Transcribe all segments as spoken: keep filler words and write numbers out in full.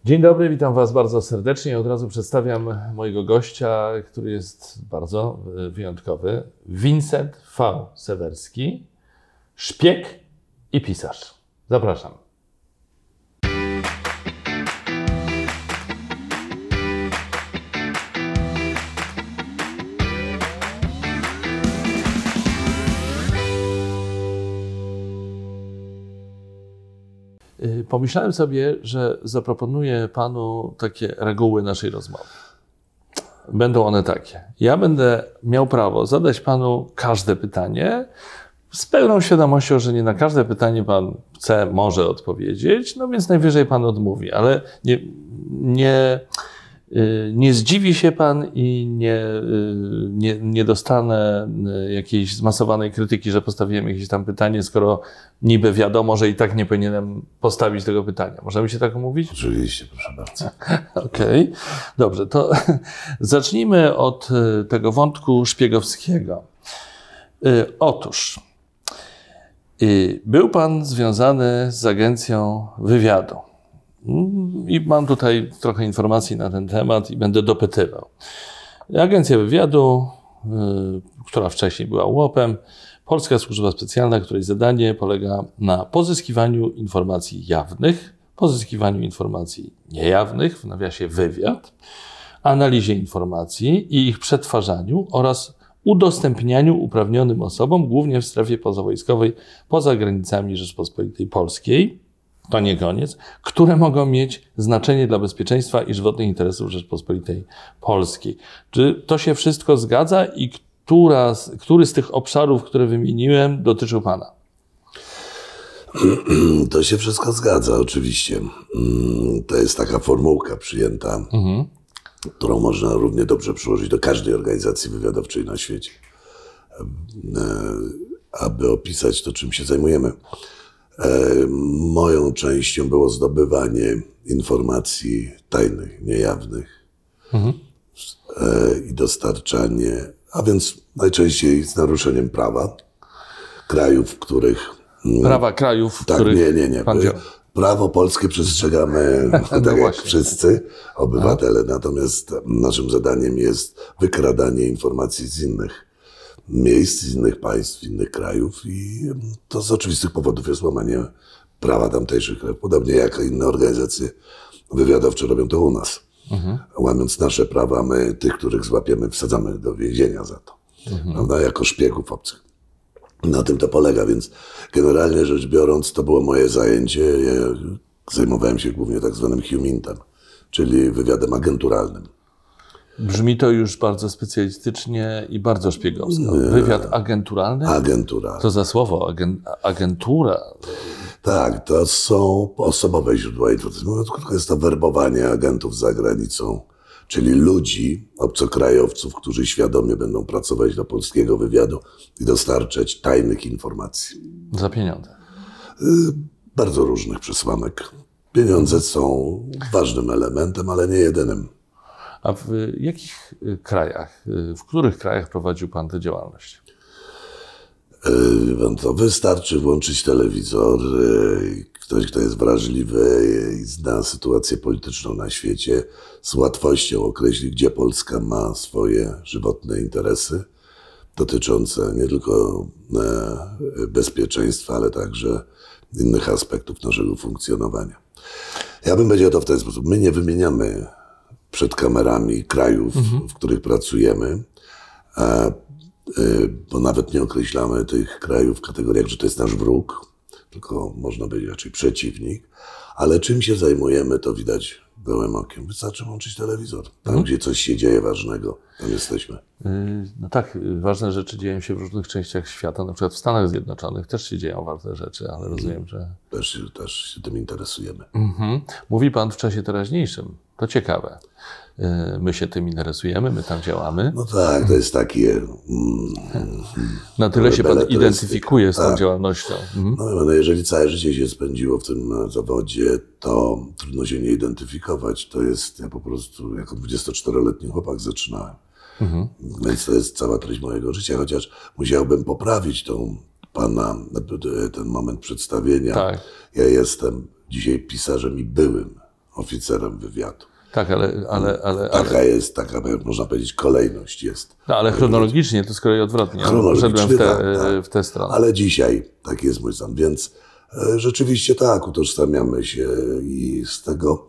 Dzień dobry, witam Was bardzo serdecznie. Od razu przedstawiam mojego gościa, który jest bardzo wyjątkowy. Wincent V. Sewerski, szpieg i pisarz. Zapraszam. Pomyślałem sobie, że zaproponuję Panu takie reguły naszej rozmowy. Będą one takie. Ja będę miał prawo zadać Panu każde pytanie z pełną świadomością, że nie na każde pytanie Pan chce, może odpowiedzieć, no więc najwyżej Pan odmówi, ale nie, nie, nie zdziwi się Pan i nie, nie, nie dostanę jakiejś zmasowanej krytyki, że postawiłem jakieś tam pytanie, skoro niby wiadomo, że i tak nie powinienem postawić tego pytania. Możemy się tak umówić? Oczywiście, proszę bardzo. Okej, okay. Dobrze, to zacznijmy od tego wątku szpiegowskiego. Otóż, był Pan związany z agencją wywiadu. I mam tutaj trochę informacji na ten temat i będę dopytywał. Agencja wywiadu, yy, która wcześniej była łopem, Polska Służba Specjalna, której zadanie polega na pozyskiwaniu informacji jawnych, pozyskiwaniu informacji niejawnych, w nawiasie wywiad, analizie informacji i ich przetwarzaniu oraz udostępnianiu uprawnionym osobom, głównie w strefie pozawojskowej, poza granicami Rzeczpospolitej Polskiej, to nie koniec, które mogą mieć znaczenie dla bezpieczeństwa i żywotnych interesów Rzeczpospolitej Polskiej. Czy to się wszystko zgadza i która, który z tych obszarów, które wymieniłem, dotyczył Pana? To się wszystko zgadza, oczywiście. To jest taka formułka przyjęta, mhm. którą można równie dobrze przyłożyć do każdej organizacji wywiadowczej na świecie, aby opisać to, czym się zajmujemy. Moją częścią było zdobywanie informacji tajnych, niejawnych mhm. i dostarczanie, a więc najczęściej z naruszeniem prawa krajów, w których... Prawa krajów, w tak, których nie, nie, nie. Pan działa. Prawo polskie przestrzegamy no tak jak wszyscy obywatele, a? Natomiast naszym zadaniem jest wykradanie informacji z innych miejsc, z innych państw, innych krajów i to z oczywistych powodów jest łamanie prawa tamtejszych krajów. Podobnie jak inne organizacje wywiadowcze robią to u nas. Mhm. Łamiąc nasze prawa, my tych, których złapiemy, wsadzamy do więzienia za to. Mhm. Prawda? Jako szpiegów obcych. Na tym to polega, więc generalnie rzecz biorąc, to było moje zajęcie. Ja zajmowałem się głównie tak zwanym humintem, czyli wywiadem agenturalnym. Brzmi to już bardzo specjalistycznie i bardzo szpiegowsko. Wywiad agenturalny? Agentura. To za słowo, agen, agentura. Tak, to są osobowe źródła informacji. Krótko jest to werbowanie agentów za granicą, czyli ludzi, obcokrajowców, którzy świadomie będą pracować dla polskiego wywiadu i dostarczać tajnych informacji. Za pieniądze? Bardzo różnych przesłanek. Pieniądze są ważnym elementem, ale nie jedynym. A w jakich krajach, w których krajach prowadził Pan tę działalność? To wystarczy włączyć telewizor. Ktoś, kto jest wrażliwy i zna sytuację polityczną na świecie, z łatwością określi, gdzie Polska ma swoje żywotne interesy dotyczące nie tylko bezpieczeństwa, ale także innych aspektów naszego funkcjonowania. Ja bym powiedział to w ten sposób. My nie wymieniamy przed kamerami krajów, mhm. w których pracujemy, bo nawet nie określamy tych krajów w kategoriach, że to jest nasz wróg, tylko można powiedzieć raczej przeciwnik, ale czym się zajmujemy, to widać gołym okiem. Wystarczy włączyć telewizor. Tam, mhm. gdzie coś się dzieje ważnego, tam jesteśmy. No tak, ważne rzeczy dzieją się w różnych częściach świata, na przykład w Stanach Zjednoczonych też się dzieją ważne rzeczy, ale rozumiem, że... Też, też się tym interesujemy. Mhm. Mówi Pan w czasie teraźniejszym. To ciekawe. My się tym interesujemy, my tam działamy. No tak, to jest takie... Mm, Na tyle się Pan identyfikuje z tą tak. działalnością. Mhm. No, no jeżeli całe życie się spędziło w tym zawodzie, to trudno się nie identyfikować. To jest, ja po prostu jako dwudziestoczteroletni chłopak zaczynałem. Mhm. Więc to jest cała treść mojego życia, chociaż musiałbym poprawić tą Pana, ten moment przedstawienia. Tak. Ja jestem dzisiaj pisarzem i byłym oficerem wywiadu. Tak, ale... ale, ale taka ale... jest, taka można powiedzieć, kolejność jest. No, ale chronologicznie to z kolei odwrotnie. Chronologicznie, Poszedłem w tę tak, tak. w tę stronę. Ale dzisiaj taki jest mój stan, więc e, rzeczywiście tak, utożsamiamy się i z tego,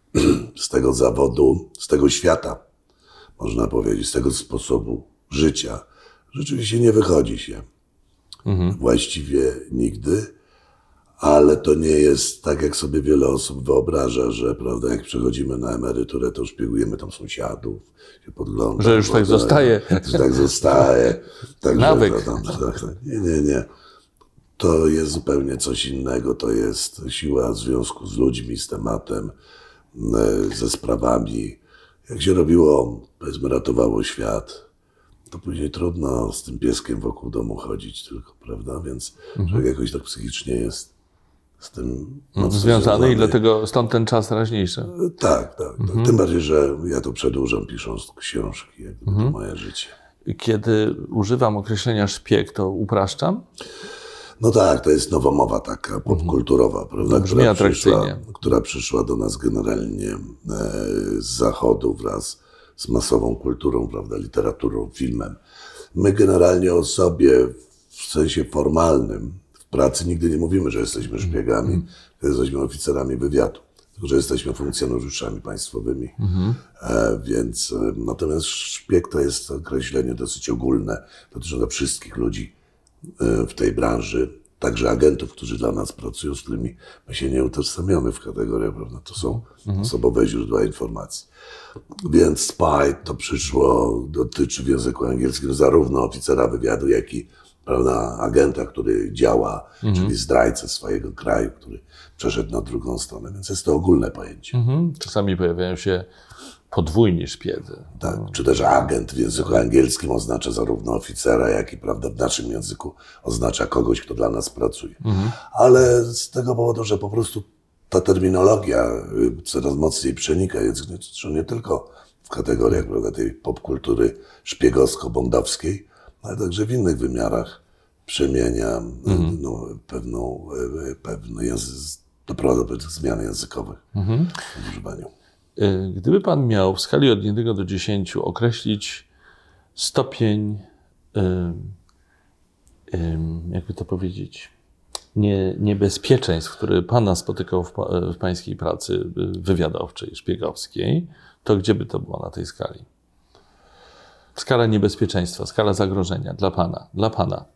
z tego zawodu, z tego świata, można powiedzieć, z tego sposobu życia, rzeczywiście nie wychodzi się. Mhm. Właściwie nigdy. Ale to nie jest tak, jak sobie wiele osób wyobraża, że prawda, jak przechodzimy na emeryturę, to szpiegujemy tam sąsiadów, się podglądamy. Że już tak zostaje. Że tak zostaje. Także, Nawyk. Prawda, tak, tak. Nie, nie, nie. To jest zupełnie coś innego. To jest siła związku z ludźmi, z tematem, ze sprawami. Jak się robiło, powiedzmy, ratowało świat, to później trudno z tym pieskiem wokół domu chodzić tylko, prawda? Więc mhm. człowiek jakoś tak psychicznie jest z tym związany i dlatego stąd ten czas teraźniejszy. Tak, tak. Mhm. tak. Tym bardziej, że ja to przedłużam pisząc książki, jak mhm. to moje życie. Kiedy używam określenia szpieg, to upraszczam? No tak, to jest nowomowa taka popkulturowa, mhm. prawda? Brzmi która atrakcyjnie. Przyszła, która przyszła do nas generalnie e, z zachodu wraz z masową kulturą, prawda, literaturą, filmem. My generalnie o sobie w sensie formalnym w pracy nigdy nie mówimy, że jesteśmy szpiegami, mm. że jesteśmy oficerami wywiadu, tylko że jesteśmy funkcjonariuszami państwowymi. Mm. E, więc e, natomiast szpieg to jest określenie dosyć ogólne, dotyczące wszystkich ludzi e, w tej branży, także agentów, którzy dla nas pracują, z którymi my się nie utożsamiamy w kategoriach, prawda? To są mm. osobowe źródła informacji. Więc spy to przyszło, dotyczy w języku angielskim zarówno oficera wywiadu, jak i prawda, agenta, który działa, mm-hmm. czyli zdrajcę swojego kraju, który przeszedł na drugą stronę, więc jest to ogólne pojęcie. Mm-hmm. Czasami pojawiają się podwójni szpiedzy. Tak, czy też agent w języku angielskim oznacza zarówno oficera, jak i prawda, w naszym języku oznacza kogoś, kto dla nas pracuje. Mm-hmm. Ale z tego powodu, że po prostu ta terminologia coraz mocniej przenika język, nie tylko w kategoriach prawda, tej popkultury szpiegowsko-bondowskiej, ale także w innych wymiarach przemienia mm-hmm. no, pewną, pewne języ- doprowadza do pewnych zmian językowych mm-hmm. w używaniu. Gdyby pan miał w skali od jednego do dziesięciu określić stopień, jakby to powiedzieć, nie, niebezpieczeństw, które pana spotykał w, w pańskiej pracy wywiadowczej, szpiegowskiej, to gdzie by to było na tej skali? Skala niebezpieczeństwa, skala zagrożenia dla pana, dla pana.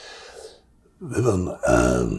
Wie pan, e,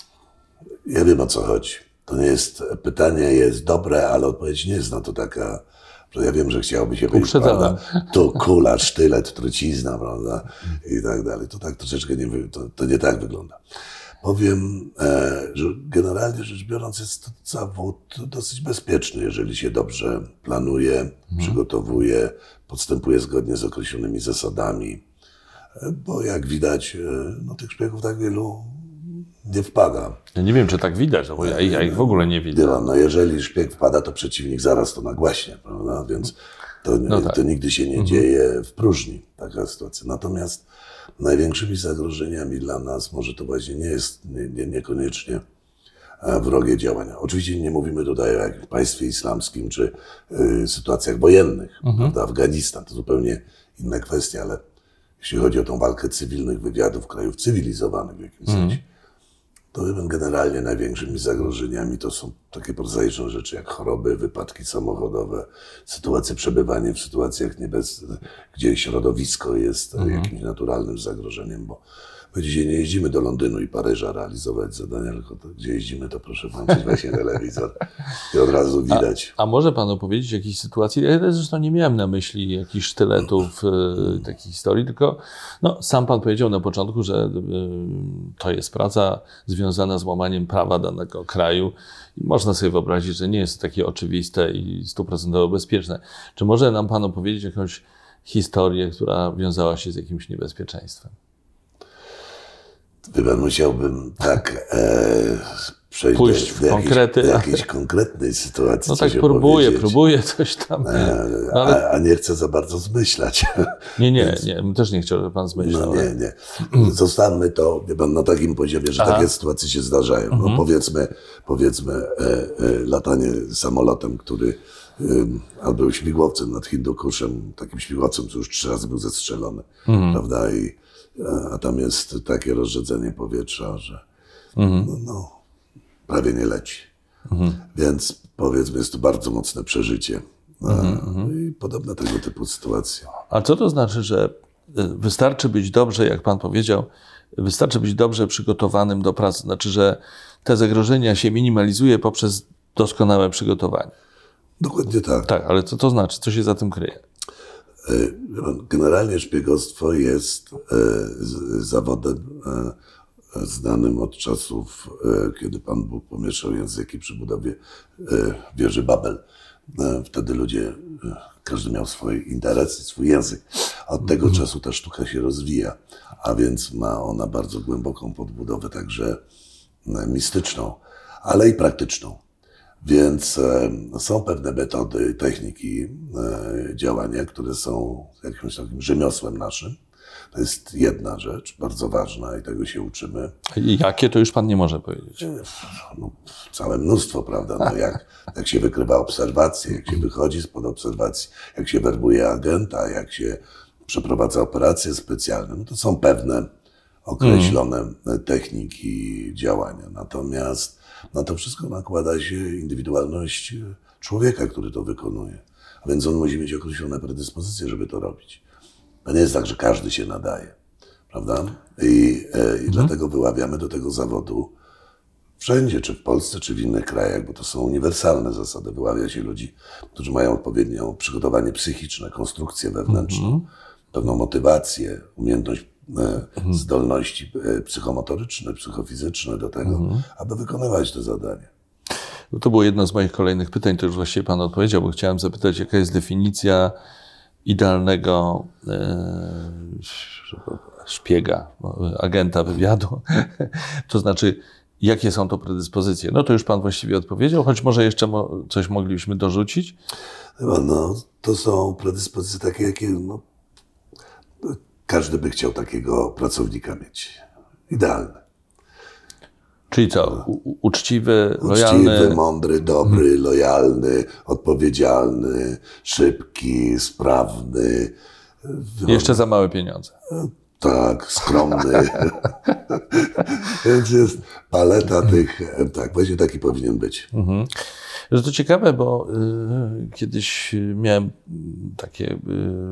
ja wiem, o co chodzi. To nie jest, pytanie jest dobre, ale odpowiedź nie jest na to taka, że ja wiem, że chciałoby się powiedzieć, prawda, tu kula, sztylet, trucizna, prawda, i tak dalej. To tak troszeczkę nie, to, to nie tak wygląda. Powiem, e, że generalnie rzecz biorąc jest to zawód dosyć bezpieczny, jeżeli się dobrze planuje, hmm. przygotowuje, postępuje zgodnie z określonymi zasadami, e, bo jak widać, e, no tych szpiegów tak wielu nie wpada. Ja nie wiem, czy tak widać, bo ja, ja ich w ogóle nie widzę. No, no jeżeli szpieg wpada, to przeciwnik zaraz to nagłaśnie, prawda, więc to, no tak. to nigdy się nie mhm. dzieje w próżni, taka sytuacja. Natomiast największymi zagrożeniami dla nas może to właśnie nie jest nie, nie, niekoniecznie wrogie działania. Oczywiście nie mówimy tutaj o jakimś państwie islamskim czy y, sytuacjach wojennych, mhm. prawda, Afganistan to zupełnie inna kwestia, ale jeśli chodzi o tą walkę cywilnych wywiadów krajów cywilizowanych w jakimś mhm. sensie, to chyba generalnie największymi zagrożeniami to są takie prozaiczne rzeczy jak choroby, wypadki samochodowe, sytuacje, przebywanie w sytuacjach niebez... gdzie środowisko jest mhm. jakimś naturalnym zagrożeniem, bo my dzisiaj nie jeździmy do Londynu i Paryża realizować zadania, tylko to, gdzie jeździmy, to proszę włączyć właśnie telewizor i od razu widać. A, a może pan opowiedzieć o jakiejś sytuacji? Ja zresztą nie miałem na myśli jakichś sztyletów, y, takiej historii, tylko no, sam pan powiedział na początku, że y, to jest praca związana z łamaniem prawa danego kraju i można sobie wyobrazić, że nie jest to takie oczywiste i stuprocentowo bezpieczne. Czy może nam pan opowiedzieć jakąś historię, która wiązała się z jakimś niebezpieczeństwem? Chyba musiałbym tak e, przejść pójść do, w do jakiejś, konkrety. do jakiejś konkretnej sytuacji. No tak próbuję, powiedzieć. próbuję coś tam. No, ale... a, a nie chcę za bardzo zmyślać. Nie, nie, Więc... nie, też nie chciał, żeby pan zmyślał. No nie, nie. Zostawmy to, wie pan, na takim poziomie, że Aha. takie sytuacje się zdarzają. Mhm. No powiedzmy, powiedzmy e, e, latanie samolotem, który e, albo śmigłowcem nad Hindukuszem, takim śmigłowcem, co już trzy razy był zestrzelony, mhm. prawda? I, a tam jest takie rozrzedzenie powietrza, że mhm. no, no, prawie nie leci. Mhm. Więc powiedzmy, jest to bardzo mocne przeżycie. Mhm. I podobne tego typu sytuacje. A co to znaczy, że wystarczy być dobrze, jak pan powiedział, wystarczy być dobrze przygotowanym do pracy? Znaczy, że te zagrożenia się minimalizuje poprzez doskonałe przygotowanie. Dokładnie tak. Tak, ale co to znaczy? Co się za tym kryje? Generalnie szpiegostwo jest zawodem znanym od czasów, kiedy Pan Bóg pomieszał języki przy budowie wieży Babel. Wtedy ludzie, każdy miał swój interes i swój język. Od tego mm. czasu ta sztuka się rozwija, a więc ma ona bardzo głęboką podbudowę, także mistyczną, ale i praktyczną. Więc e, są pewne metody, techniki e, działania, które są jakimś takim rzemiosłem naszym. To jest jedna rzecz, bardzo ważna i tego się uczymy. I jakie, to już pan nie może powiedzieć. No, całe mnóstwo, prawda? No, jak, jak się wykrywa obserwacje, jak się wychodzi spod obserwacji, jak się werbuje agenta, jak się przeprowadza operacje specjalne. No to są pewne określone mm. techniki działania. Natomiast na to wszystko nakłada się indywidualność człowieka, który to wykonuje. A więc on musi mieć określone predyspozycje, żeby to robić. To nie jest tak, że każdy się nadaje, prawda? I, e, i mhm. dlatego wyławiamy do tego zawodu wszędzie, czy w Polsce, czy w innych krajach, bo to są uniwersalne zasady. Wyławia się ludzi, którzy mają odpowiednie przygotowanie psychiczne, konstrukcję wewnętrzną, mhm. pewną motywację, umiejętność, e, mhm. zdolności e, psychomotoryczne, psychofizyczne do tego, mhm. aby wykonywać te zadania. No to było jedno z moich kolejnych pytań, to już właściwie pan odpowiedział, bo chciałem zapytać, jaka jest definicja idealnego e, szpiega, agenta wywiadu, to znaczy, jakie są to predyspozycje? No to już pan właściwie odpowiedział, choć może jeszcze mo- coś moglibyśmy dorzucić? No, to są predyspozycje takie, jakie no, każdy by chciał takiego pracownika mieć. Idealne. Czyli co? U- uczciwy, lojalny? Uczciwy, mądry, dobry, hmm. lojalny, odpowiedzialny, szybki, sprawny. Jeszcze za małe pieniądze. Tak, skromny. Więc jest paleta tych, tak, właśnie taki powinien być. Mhm. Że to ciekawe, bo y, kiedyś miałem takie y,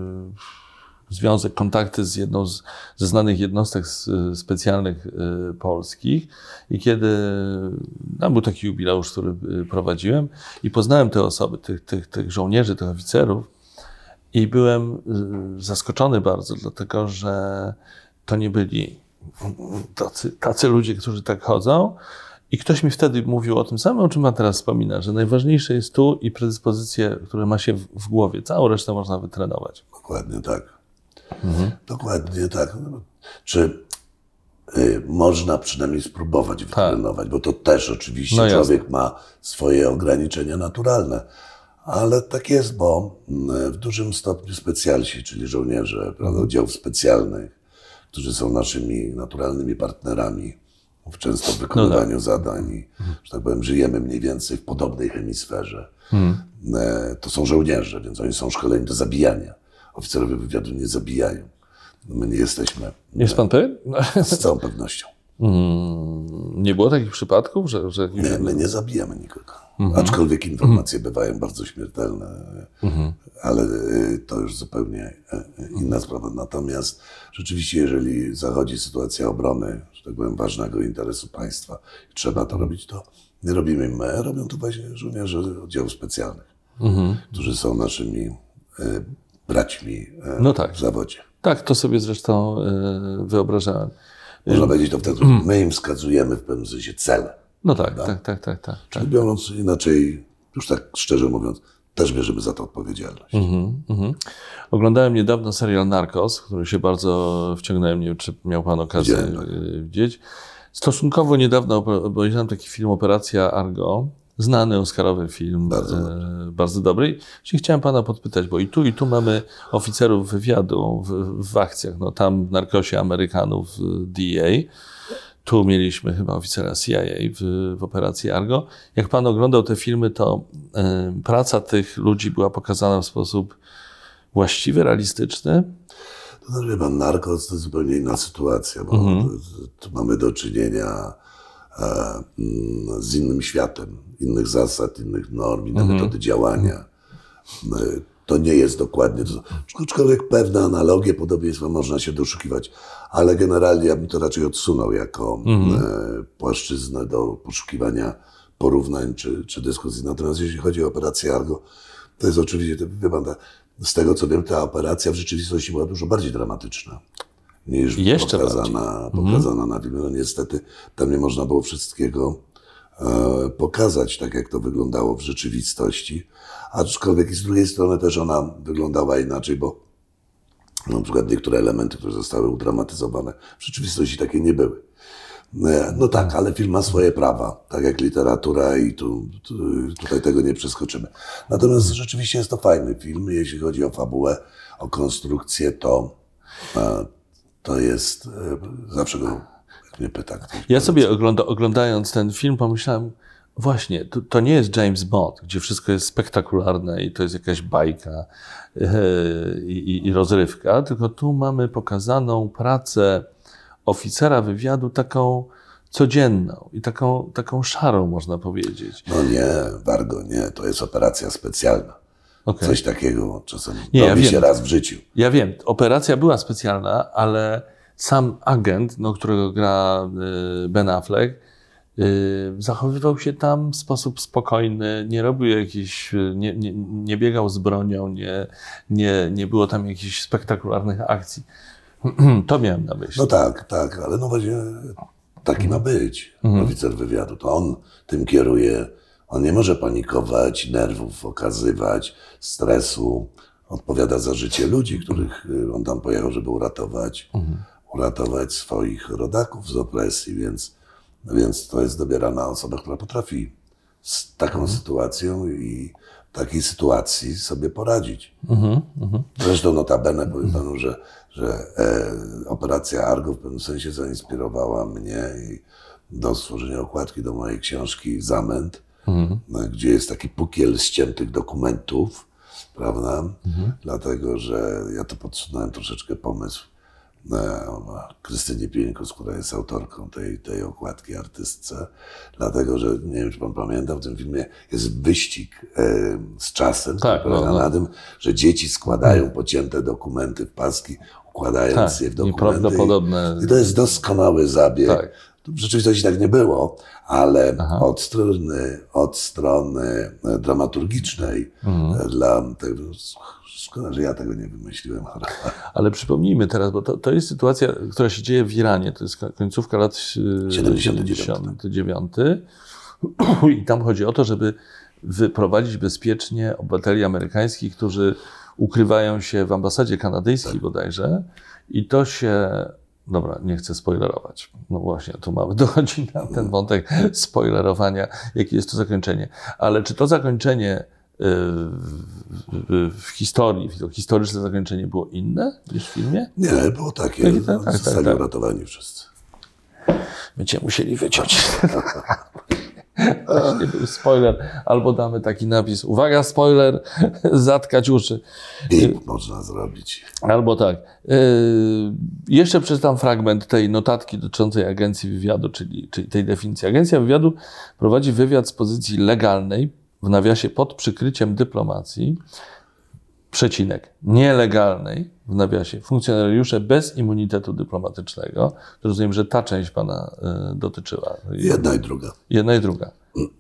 związek, kontakty z jedną z, ze znanych jednostek specjalnych y, polskich i kiedy no, był taki jubileusz, który y, prowadziłem i poznałem te osoby, tych, tych, tych żołnierzy, tych oficerów i byłem y, zaskoczony bardzo, dlatego że to nie byli tacy, tacy ludzie, którzy tak chodzą. I ktoś mi wtedy mówił o tym samym, o czym pan teraz wspomina, że najważniejsze jest tu i predyspozycje, które ma się w, w głowie. Całą resztę można wytrenować. Dokładnie tak. Mhm. Dokładnie tak. Czy y, można przynajmniej spróbować wytrenować, tak. Bo to też oczywiście no człowiek jasne. Ma swoje ograniczenia naturalne. Ale tak jest, bo w dużym stopniu specjalsi, czyli żołnierze, prawda, oddziałów specjalnych, którzy są naszymi naturalnymi partnerami, często w wykonywaniu no tak. zadań i, że tak powiem, żyjemy mniej więcej w podobnej hemisferze. Hmm. To są żołnierze, więc oni są szkoleni do zabijania. Oficerowie wywiadu nie zabijają. My nie jesteśmy. Jest pan pewien? Z całą pewnością. Hmm. Nie było takich przypadków, że... że... Nie, my nie zabijamy nikogo. Mhm. Aczkolwiek informacje mhm. bywają bardzo śmiertelne, mhm. ale to już zupełnie inna sprawa. Natomiast rzeczywiście, jeżeli zachodzi sytuacja obrony, że tak powiem, ważnego interesu państwa i trzeba to robić, to nie robimy my, robią to właśnie żołnierze oddziałów specjalnych, mhm. którzy są naszymi e, braćmi e, no tak. w zawodzie. Tak, to sobie zresztą e, wyobrażałem. Można powiedzieć to wtedy, my im wskazujemy w pewnym sensie cele. No tak, tak, tak, tak, tak, tak. Czyli biorąc inaczej, już tak szczerze mówiąc, też bierzemy za to odpowiedzialność. Mm-hmm, mm-hmm. Oglądałem niedawno serial Narcos, który się bardzo wciągnąłem, nie wiem, czy miał pan okazję Widziałem, tak. widzieć. Stosunkowo niedawno obejrzałem taki film Operacja Argo, znany oscarowy film, Bardzo e, dobry. bardzo dobry. I chciałem pana podpytać, bo i tu, i tu mamy oficerów wywiadu w, w akcjach. No, tam w narkosie Amerykanów D E A, tu mieliśmy chyba oficera C I A w, w Operacji Argo. Jak pan oglądał te filmy, to e, praca tych ludzi była pokazana w sposób właściwy, realistyczny. To znaczy, wie pan, narkos to zupełnie inna sytuacja, bo Mhm. tu, tu mamy do czynienia e, mm, z innym światem, innych zasad, innych norm, inne Mhm. metody działania. E, to nie jest dokładnie to. Aczkolwiek pewne analogie, podobieństwa można się doszukiwać, ale generalnie ja bym to raczej odsunął jako Mhm. e, płaszczyznę do poszukiwania porównań czy, czy dyskusji. Natomiast jeśli chodzi o operację Argo, to jest oczywiście, to, wie pan, ta, z tego co wiem, ta operacja w rzeczywistości była dużo bardziej dramatyczna niż Jeszcze pokazana, pokazana na filmie. No niestety tam nie można było wszystkiego e, pokazać tak, jak to wyglądało w rzeczywistości. Aczkolwiek i z drugiej strony też ona wyglądała inaczej, bo na przykład niektóre elementy, które zostały udramatyzowane, w rzeczywistości takie nie były. No tak, ale film ma swoje prawa, tak jak literatura i tu, tu, tutaj tego nie przeskoczymy. Natomiast rzeczywiście jest to fajny film, jeśli chodzi o fabułę, o konstrukcję, to, to jest, zawsze go, jak mnie pyta ktoś. Ja sobie ogląda, oglądając ten film pomyślałem, właśnie, to, to nie jest James Bond, gdzie wszystko jest spektakularne i to jest jakaś bajka yy, i, i rozrywka, tylko tu mamy pokazaną pracę oficera wywiadu taką codzienną i taką, taką szarą, można powiedzieć. No nie, Wargo, nie, to jest operacja specjalna. Okay. Coś takiego czasem nie, robi ja się wiem. raz w życiu. Ja wiem, operacja była specjalna, ale sam agent, no, którego gra y, Ben Affleck, y, zachowywał się tam w sposób spokojny, nie robił jakichś, nie, nie, nie biegał z bronią, nie, nie, nie było tam jakichś spektakularnych akcji. To miałem na myśli. No tak, tak, ale no właśnie taki ma być Mhm. oficer wywiadu. To on tym kieruje. On nie może panikować, nerwów okazywać, stresu. Odpowiada za życie ludzi, których on tam pojechał, żeby uratować, Mhm. uratować swoich rodaków z opresji, więc, więc to jest dobierana osoba, która potrafi z taką mhm. sytuacją i takiej sytuacji sobie poradzić. Mhm. Mhm. Zresztą notabene powiem panu, że, że e, operacja Argo w pewnym sensie zainspirowała mnie i do stworzenia okładki do mojej książki Zamęt, mhm. gdzie jest taki pukiel ściętych dokumentów, prawda? Mhm. Dlatego, że ja to podsunąłem troszeczkę pomysł na Krystynie Pieńkus, która jest autorką tej, tej okładki, artystce, dlatego, że nie wiem, czy pan pamięta, w tym filmie jest wyścig e, z czasem, tak, który polega no, no. na tym, że dzieci składają pocięte dokumenty w paski, układając tak, je w dokumenty. Nieprawdopodobne. I, I to jest doskonały zabieg. Tak. W rzeczywistości tak nie było, ale od strony, od strony dramaturgicznej mhm. dla tego, szkoda, że ja tego nie wymyśliłem. Ale przypomnijmy teraz, bo to, to jest sytuacja, która się dzieje w Iranie, to jest końcówka lat siedemdziesiątych dziewiątych i tam chodzi o to, żeby wyprowadzić bezpiecznie obywateli amerykańskich, którzy ukrywają się w ambasadzie kanadyjskiej tak. bodajże i to się... Dobra, nie chcę spoilerować. No właśnie, tu mamy, dochodzi na ten wątek spoilerowania, jakie jest to zakończenie. Ale czy to zakończenie yy, w, w historii, to historyczne zakończenie było inne niż w filmie? Nie, było takie. takie tak, tak, zostali tak, uratowani wszyscy. Będziemy musieli wyciąć. Właśnie był spoiler. Albo damy taki napis, uwaga, spoiler, zatkać uszy. Bip można zrobić. Albo tak. Yy, jeszcze przeczytam fragment tej notatki dotyczącej agencji wywiadu, czyli, czyli tej definicji. Agencja wywiadu prowadzi wywiad z pozycji legalnej, w nawiasie pod przykryciem dyplomacji, przecinek, nielegalnej, w nawiasie, funkcjonariusze bez immunitetu dyplomatycznego. To rozumiem, że ta część pana y, dotyczyła. Jedna i druga. Jedna i druga.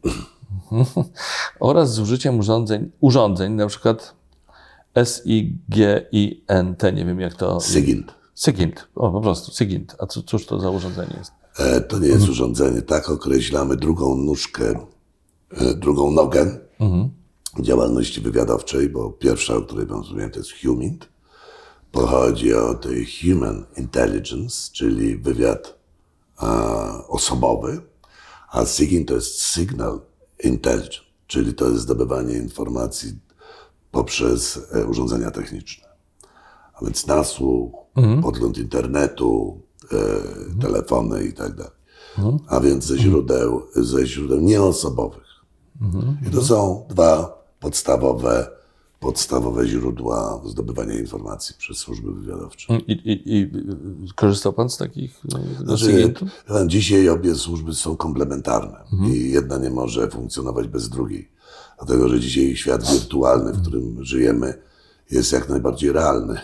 Oraz z użyciem urządzeń, urządzeń, na przykład S I G I N T, nie wiem jak to... SIGINT. SIGINT, o po prostu, SIGINT. A co, cóż to za urządzenie jest? E, to nie jest mhm. urządzenie, tak określamy drugą nóżkę, e, drugą nogę mhm. działalności wywiadowczej, bo pierwsza, o której pan wspomniał, to jest HUMINT. Pochodzi od Human Intelligence, czyli wywiad a, osobowy, a SIGINT to jest Signal Intelligence, czyli to jest zdobywanie informacji poprzez e, urządzenia techniczne. A więc nasłuch, mhm. podgląd internetu, e, mhm. telefony i tak dalej. Mhm. A więc ze źródeł, ze źródeł nieosobowych. Mhm. I to są dwa podstawowe, podstawowe źródła zdobywania informacji przez służby wywiadowcze. I, i, i korzystał pan z takich znaczy, dzisiaj obie służby są komplementarne mhm. i jedna nie może funkcjonować bez drugiej. Dlatego, że dzisiaj świat wirtualny, w którym żyjemy, jest jak najbardziej realny.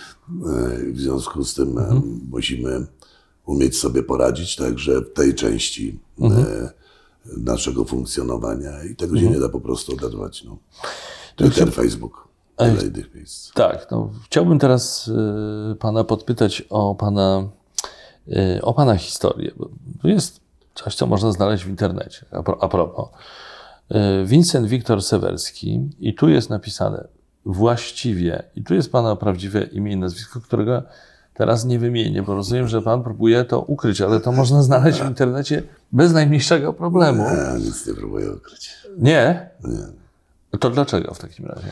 W związku z tym mhm. musimy umieć sobie poradzić także w tej części mhm. naszego funkcjonowania i tego mhm. się nie da po prostu oderwać. No. Twitter, Facebook, wiele innych miejsc. Tak, no, chciałbym teraz y, pana podpytać o pana, y, o pana historię, bo tu jest coś, co można znaleźć w internecie, a, pro, a propos. Y, Vincent Wiktor Sewerski i tu jest napisane właściwie, i tu jest pana prawdziwe imię i nazwisko, którego teraz nie wymienię, bo rozumiem, że pan próbuje to ukryć, ale to można znaleźć w internecie bez najmniejszego problemu. Nie, nic nie próbuję ukryć. Nie? Nie. To dlaczego w takim razie?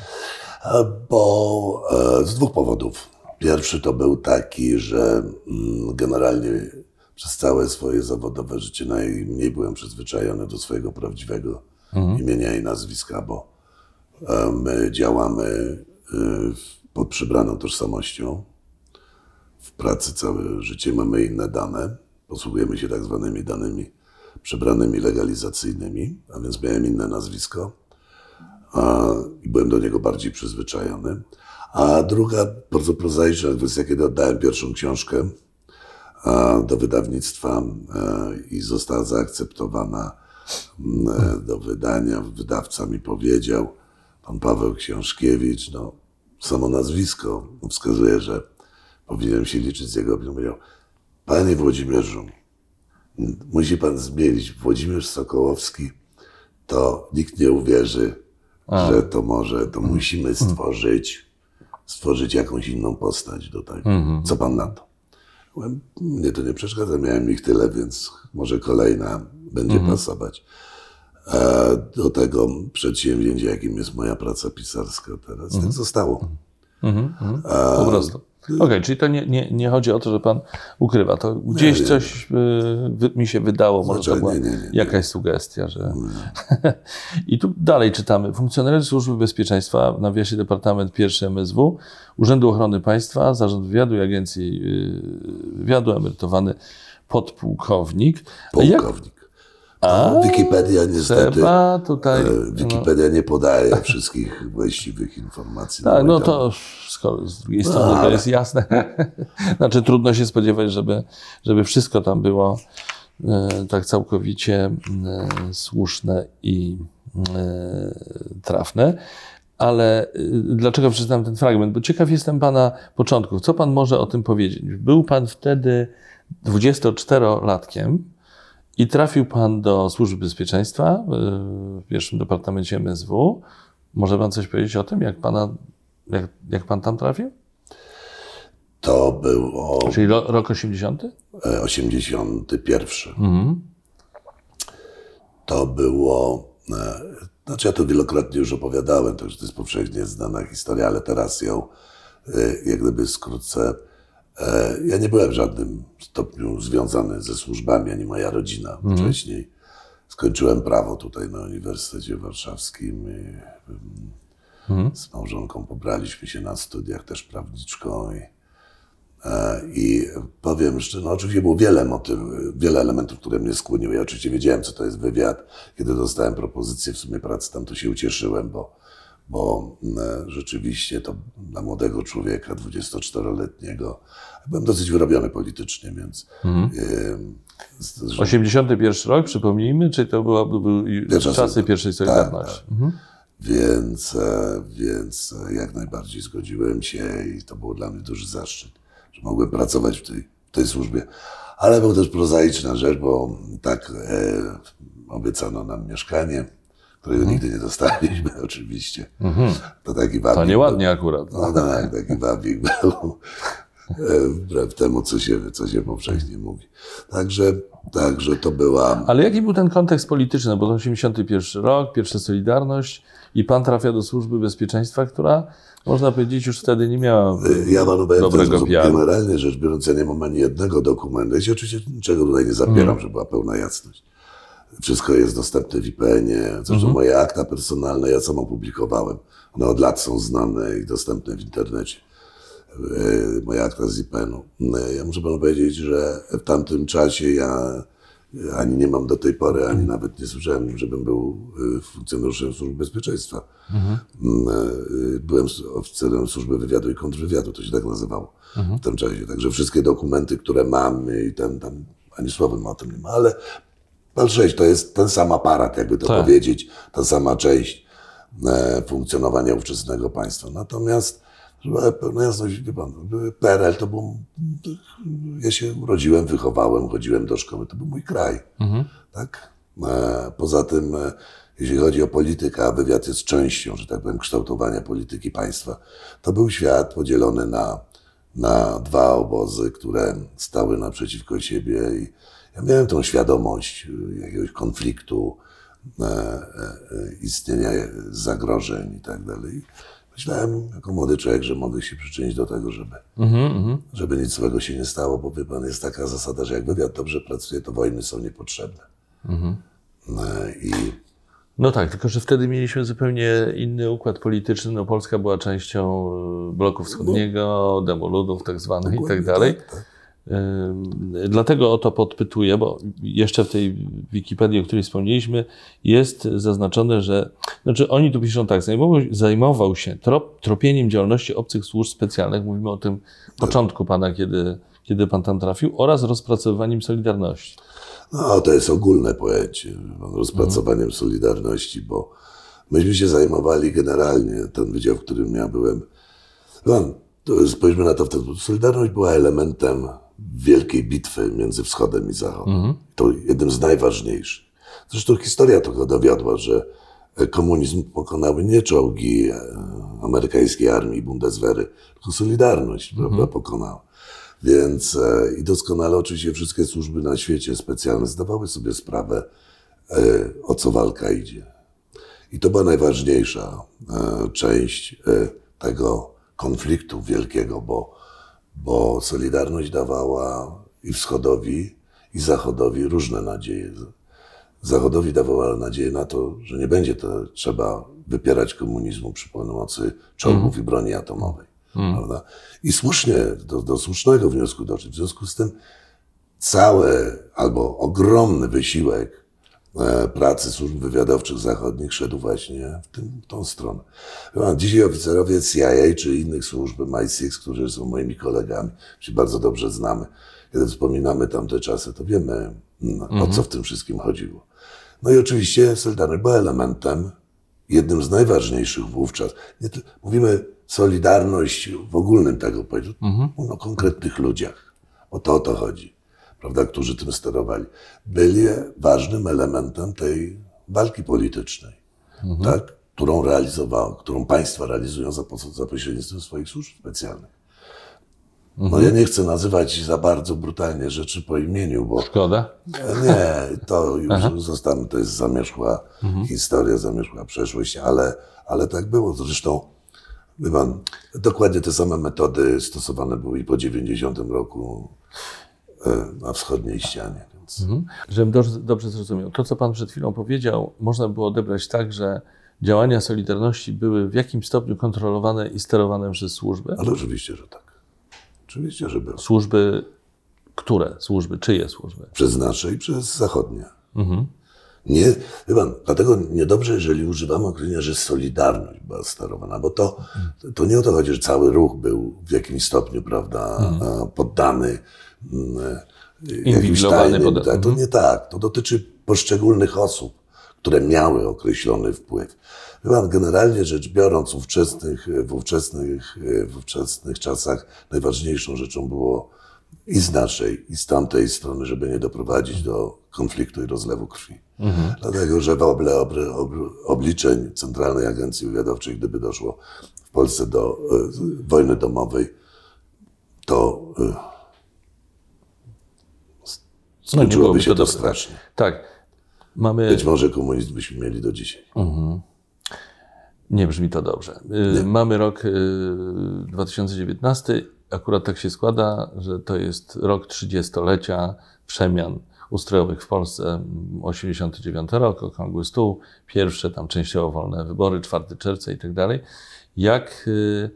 Bo e, z dwóch powodów. Pierwszy to był taki, że mm, generalnie przez całe swoje zawodowe życie najmniej byłem przyzwyczajony do swojego prawdziwego mhm. imienia i nazwiska, bo e, my działamy e, pod przybraną tożsamością. W pracy całe życie mamy inne dane. Posługujemy się tak zwanymi danymi przybranymi legalizacyjnymi, a więc miałem inne nazwisko. I byłem do niego bardziej przyzwyczajony. A druga, bardzo prozaiczna kwestia, kiedy oddałem pierwszą książkę do wydawnictwa i została zaakceptowana do wydania, wydawca mi powiedział, pan Paweł Książkiewicz, no samo nazwisko wskazuje, że powinienem się liczyć z jego opinią. Powiedział, panie Włodzimierzu, musi pan zmienić. Włodzimierz Sokołowski, to nikt nie uwierzy, A. że to może, to mm. musimy stworzyć, stworzyć jakąś inną postać do tego. Mm-hmm. Co pan na to? Mówię, mnie to nie przeszkadza, miałem ich tyle, więc może kolejna będzie mm-hmm. pasować. E, do tego przedsięwzięcia, jakim jest moja praca pisarska teraz. Mm-hmm. Tak zostało. Mm-hmm. E, po prostu. Okej, okay, czyli to nie, nie, nie chodzi o to, że pan ukrywa. To gdzieś nie, nie, coś y, mi się wydało, może to była nie, nie, nie, nie. jakaś sugestia, że... I tu dalej czytamy. Funkcjonariusz Służby Bezpieczeństwa, w nawiasie Departament pierwszy M S W, Urzędu Ochrony Państwa, Zarząd Wywiadu i Agencji y, Wywiadu, emerytowany podpułkownik. Pułkownik. A, Wikipedia niestety, trzeba tutaj, Wikipedia no. nie podaje wszystkich właściwych informacji. Tak, no to skoro z drugiej strony no, ale... to jest jasne. Znaczy trudno się spodziewać, żeby, żeby wszystko tam było e, tak całkowicie e, słuszne i e, trafne. Ale e, dlaczego przeczytam ten fragment? Bo ciekaw jestem pana początków. Co pan może o tym powiedzieć? Był pan wtedy dwudziestoczterolatkiem. I trafił pan do Służby Bezpieczeństwa w pierwszym Departamencie M S W. Może pan coś powiedzieć o tym, jak, pana, jak, jak pan tam trafił? To było... Czyli rok osiemdziesiąty? osiemdziesiąty pierwszy. Mhm. To było... Znaczy ja to wielokrotnie już opowiadałem, to już to jest powszechnie znana historia, ale teraz ją jak gdyby skrócę. Ja nie byłem w żadnym stopniu związany ze służbami, ani moja rodzina mm. wcześniej. Skończyłem prawo tutaj na Uniwersytecie Warszawskim. I mm. z małżonką pobraliśmy się na studiach, też prawniczką. I, i powiem szczerze, no oczywiście było wiele motywów, wiele elementów, które mnie skłoniły. Ja oczywiście wiedziałem, co to jest wywiad. Kiedy dostałem propozycję w sumie pracy tam, to się ucieszyłem, bo bo rzeczywiście to dla młodego człowieka, dwudziestoczteroletniego, byłem dosyć wyrobiony politycznie, więc... Mhm. Y, osiemdziesiąty pierwszy rok, przypomnijmy, czy to była, były czasy, czasy pierwszej Solidarności? Tak, tak. Mhm. Więc, więc jak najbardziej zgodziłem się i to był dla mnie duży zaszczyt, że mogłem pracować w tej, w tej służbie. Ale była też prozaiczna rzecz, bo tak e, obiecano nam mieszkanie, którego mm. nigdy nie dostaliśmy oczywiście. Mm-hmm. To taki wabik. To nieładnie akurat. No tak, taki wabik był. wbrew temu, co się, co się powszechnie mówi. Także, także to była... Ale jaki był ten kontekst polityczny? Bo to osiemdziesiąty pierwszy rok, pierwsza Solidarność i pan trafia do Służby Bezpieczeństwa, która, można powiedzieć, już wtedy nie miała ja panu powiem dobrego ten, piaru. Generalnie rzecz biorąc, ja nie mam ani jednego dokumentu. Ja się oczywiście niczego tutaj nie zapieram, mm. żeby była pełna jasność. Wszystko jest dostępne w I P N ie. Zresztą mm-hmm. moje akta personalne ja sam opublikowałem. One od lat są znane i dostępne w internecie. Moje akta z I P N u. Ja muszę panu powiedzieć, że w tamtym czasie ja ani nie mam do tej pory, ani nawet nie słyszałem, żebym był funkcjonariuszem Służby Bezpieczeństwa. Mhm. Byłem oficerem Służby Wywiadu i Kontrwywiadu, to się tak nazywało mhm. w tym czasie. Także wszystkie dokumenty, które mamy i ten, tam ani słowem o tym nie ma, ale P sześć to jest ten sam aparat, jakby to tak. powiedzieć, ta sama część funkcjonowania ówczesnego państwa. Natomiast żeby pełna jasność, wie pan, P R L to był, ja się urodziłem, wychowałem, chodziłem do szkoły, to był mój kraj, mhm. tak? Poza tym, jeśli chodzi o politykę, a wywiad jest częścią, że tak powiem, kształtowania polityki państwa, to był świat podzielony na, na dwa obozy, które stały naprzeciwko siebie i ja miałem tą świadomość jakiegoś konfliktu, e, e, istnienia zagrożeń i tak dalej. Myślałem jako młody człowiek, że mogę się przyczynić do tego, żeby, mm-hmm. żeby nic złego się nie stało, bo wie pan, jest taka zasada, że jak wywiad dobrze pracuje, to wojny są niepotrzebne. Mm-hmm. No, i... no tak, tylko że wtedy mieliśmy zupełnie inny układ polityczny. No, Polska była częścią bloku wschodniego, no, demoludów tak zwanych i tak dalej. Tak, tak. Dlatego o to podpytuję, bo jeszcze w tej Wikipedii, o której wspomnieliśmy, jest zaznaczone, że znaczy oni tu piszą tak, zajmował, zajmował się trop, tropieniem działalności obcych służb specjalnych, mówimy o tym początku pana, kiedy, kiedy pan tam trafił, oraz rozpracowywaniem Solidarności. No, to jest ogólne pojęcie, rozpracowaniem mhm. Solidarności, bo myśmy się zajmowali generalnie, ten wydział, w którym ja byłem, no, to spójrzmy na to w ten sposób. Solidarność była elementem wielkiej bitwy między Wschodem i Zachodem. Mm-hmm. To jednym z najważniejszych. Zresztą historia tego dowiodła, że komunizm pokonały nie czołgi amerykańskiej armii Bundeswehry, tylko Solidarność, mm-hmm. prawda, pokonała. Więc e, i doskonale oczywiście wszystkie służby na świecie specjalne zdawały sobie sprawę, e, o co walka idzie. I to była najważniejsza e, część e, tego konfliktu wielkiego, bo, bo Solidarność dawała i Wschodowi, i Zachodowi różne nadzieje. Zachodowi dawała nadzieję na to, że nie będzie to trzeba wypierać komunizmu przy pomocy czołgów mm. i broni atomowej. Mm. Prawda? I słusznie, do, do słusznego wniosku doszli. W związku z tym cały albo ogromny wysiłek pracy służb wywiadowczych zachodnich szedł właśnie w, tym, w tą stronę. Dzisiaj oficerowie C I A czy innych służb, M I six, którzy są moimi kolegami, się bardzo dobrze znamy. Kiedy wspominamy tamte czasy, to wiemy, no, mm-hmm. o co w tym wszystkim chodziło. No i oczywiście Solidarność była elementem, jednym z najważniejszych wówczas. Nie, mówimy Solidarność w ogólnym tego pojęciu, mm-hmm. o konkretnych ludziach. O to o to chodzi. Prawda, którzy tym sterowali, byli ważnym elementem tej walki politycznej, mhm. tak, którą realizowało, którą państwa realizują za, za pośrednictwem swoich służb specjalnych. Mhm. No ja nie chcę nazywać za bardzo brutalnie rzeczy po imieniu, bo... Szkoda? Nie, to już zostaną, to jest zamierzchła mhm. historia, zamierzchła przeszłość, ale, ale tak było. Zresztą, wie pan, dokładnie te same metody stosowane były i po dziewięćdziesiątym roku na wschodniej ścianie. Więc. Mhm. Żebym dobrze, dobrze zrozumiał. To, co pan przed chwilą powiedział, można było odebrać tak, że działania Solidarności były w jakimś stopniu kontrolowane i sterowane przez służby? Ale oczywiście, że tak. Oczywiście, że były. Służby, które służby? Czyje służby? Przez nasze i przez zachodnie. Mhm. Nie, wie pan, dlatego niedobrze, jeżeli używamy określenia, że Solidarność była sterowana, bo to, to nie o to chodzi, że cały ruch był w jakimś stopniu, prawda, mhm. poddany jakimś tajnym, tak, to nie tak. To dotyczy poszczególnych osób, które miały określony wpływ. Wie pan, generalnie rzecz biorąc, w ówczesnych, w ówczesnych, w ówczesnych czasach najważniejszą rzeczą było i z naszej, i z tamtej strony, żeby nie doprowadzić do konfliktu i rozlewu krwi. Mhm. Dlatego, że woble ob, ob, obliczeń Centralnej Agencji Wywiadowczej, gdyby doszło w Polsce do e, wojny domowej, to y, skończyłoby no, się to, to strasznie. Tak. Mamy... Być może komunizm byśmy mieli do dzisiaj. Mhm. Nie brzmi to dobrze. Nie. Mamy rok dwa tysiące dziewiętnasty. Akurat tak się składa, że to jest rok trzydziestolecia przemian ustrojowych w Polsce. osiemdziesiąty dziewiąty rok, okrągły stół, pierwsze tam częściowo wolne wybory, czwartego czerwca i tak dalej. Jak,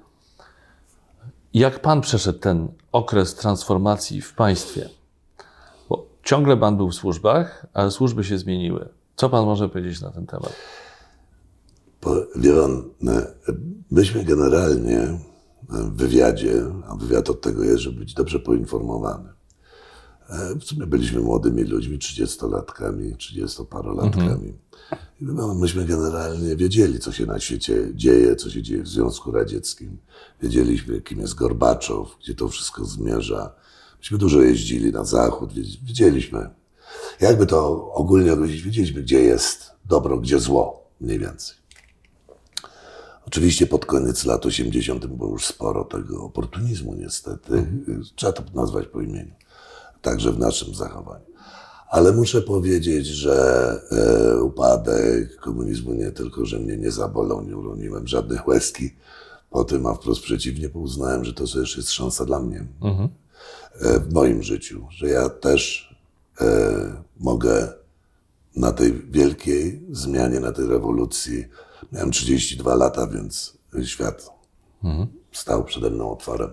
jak pan przeszedł ten okres transformacji w państwie? Bo ciągle pan był w służbach, ale służby się zmieniły. Co pan może powiedzieć na ten temat? Wie pan, myśmy generalnie w wywiadzie, a wywiad od tego jest, żeby być dobrze poinformowany. W sumie byliśmy młodymi ludźmi, trzydziestolatkami, trzydziestoparolatkami. Mhm. Myśmy generalnie wiedzieli, co się na świecie dzieje, co się dzieje w Związku Radzieckim. Wiedzieliśmy, kim jest Gorbaczow, gdzie to wszystko zmierza. Myśmy dużo jeździli na zachód, wiedzieliśmy, jakby to ogólnie odwiedzić, wiedzieliśmy, gdzie jest dobro, gdzie zło, mniej więcej. Oczywiście pod koniec lat osiemdziesiątych było już sporo tego oportunizmu niestety, mhm. Trzeba to nazwać po imieniu, także w naszym zachowaniu. Ale muszę powiedzieć, że e, upadek komunizmu nie tylko, że mnie nie zabolał, nie uroniłem żadnych łezki po tym, a wprost przeciwnie, bo uznałem, że to też jest szansa dla mnie mhm. e, w moim życiu, że ja też e, mogę na tej wielkiej zmianie, na tej rewolucji. Miałem trzydzieści dwa lata, więc świat mhm. stał przede mną otworem.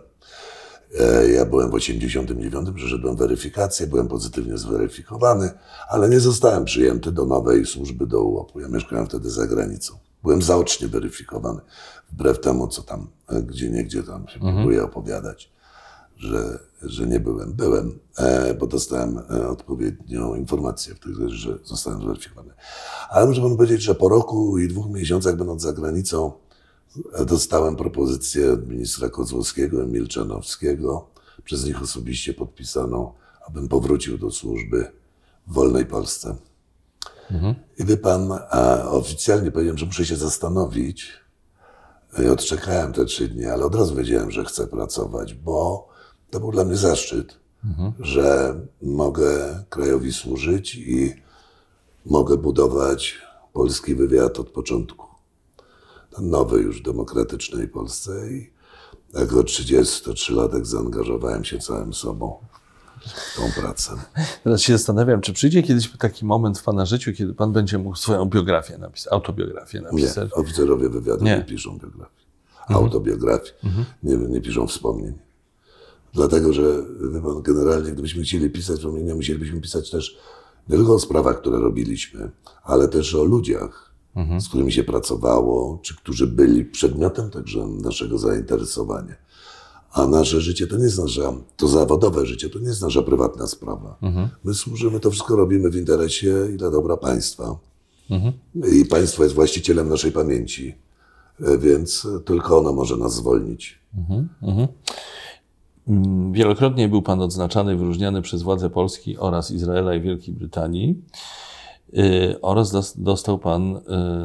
Ja byłem w osiemdziesiątym dziewiątym, przeszedłem weryfikację, byłem pozytywnie zweryfikowany, ale nie zostałem przyjęty do nowej służby do U O P u. Ja mieszkałem wtedy za granicą. Byłem zaocznie weryfikowany, wbrew temu, co tam gdzie niegdzie tam się mhm. próbuje opowiadać, że, że nie byłem. Byłem, bo dostałem odpowiednią informację wtedy, że zostałem zweryfikowany. Ale muszę panu powiedzieć, że po roku i dwóch miesiącach będąc za granicą, dostałem propozycję od ministra Kozłowskiego i Milczanowskiego, przez nich osobiście podpisaną, abym powrócił do służby w wolnej Polsce. Mhm. I wie pan, a oficjalnie powiedziałem, że muszę się zastanowić. I odczekałem te trzy dni, ale od razu wiedziałem, że chcę pracować, bo to był dla mnie zaszczyt, mhm. że mogę krajowi służyć i mogę budować polski wywiad od początku. Ten nowy już demokratycznej Polsce i jako trzydziestotrzylatek zaangażowałem się całym sobą w tą pracę. Teraz się zastanawiam, czy przyjdzie kiedyś taki moment w pana życiu, kiedy pan będzie mógł swoją biografię napisać, autobiografię napisać? Nie, oficerowie wywiadu nie, nie piszą biografii. Autobiografii, mhm. nie, nie piszą wspomnień. Dlatego, że generalnie gdybyśmy chcieli pisać wspomnienia, musielibyśmy pisać też nie tylko o sprawach, które robiliśmy, ale też o ludziach, mhm. z którymi się pracowało, czy którzy byli przedmiotem także naszego zainteresowania. A nasze życie to nie jest nasza, to zawodowe życie, to nie jest nasza prywatna sprawa. Mhm. My służymy, to wszystko robimy w interesie i dla dobra państwa. Mhm. I państwo jest właścicielem naszej pamięci, więc tylko ono może nas zwolnić. Mhm. Mhm. Wielokrotnie był pan odznaczany, wyróżniany przez władze Polski oraz Izraela i Wielkiej Brytanii. Yy, oraz dostał pan yy,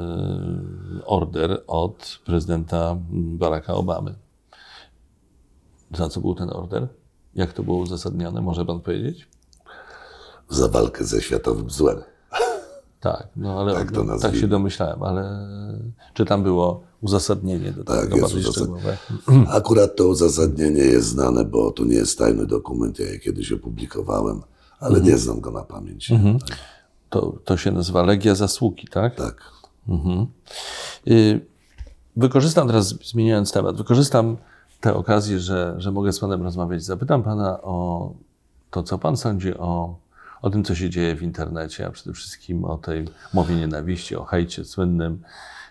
order od prezydenta Baracka Obamy. Za co był ten order? Jak to było uzasadnione? Może pan powiedzieć? Za walkę ze światowym złem. Tak, no ale tak, to no, tak się domyślałem, ale czy tam było uzasadnienie do tak, tego bardziej szczegółowe? Akurat to uzasadnienie jest znane, bo to nie jest tajny dokument, ja je kiedyś opublikowałem, ale mhm. nie znam go na pamięć. Mhm. To, to się nazywa Legia Zasługi, tak? Tak. Mhm. Wykorzystam teraz, zmieniając temat, wykorzystam tę okazję, że, że mogę z panem rozmawiać. Zapytam pana o to, co pan sądzi o, o tym, co się dzieje w internecie, a przede wszystkim o tej mowie nienawiści, o hejcie słynnym,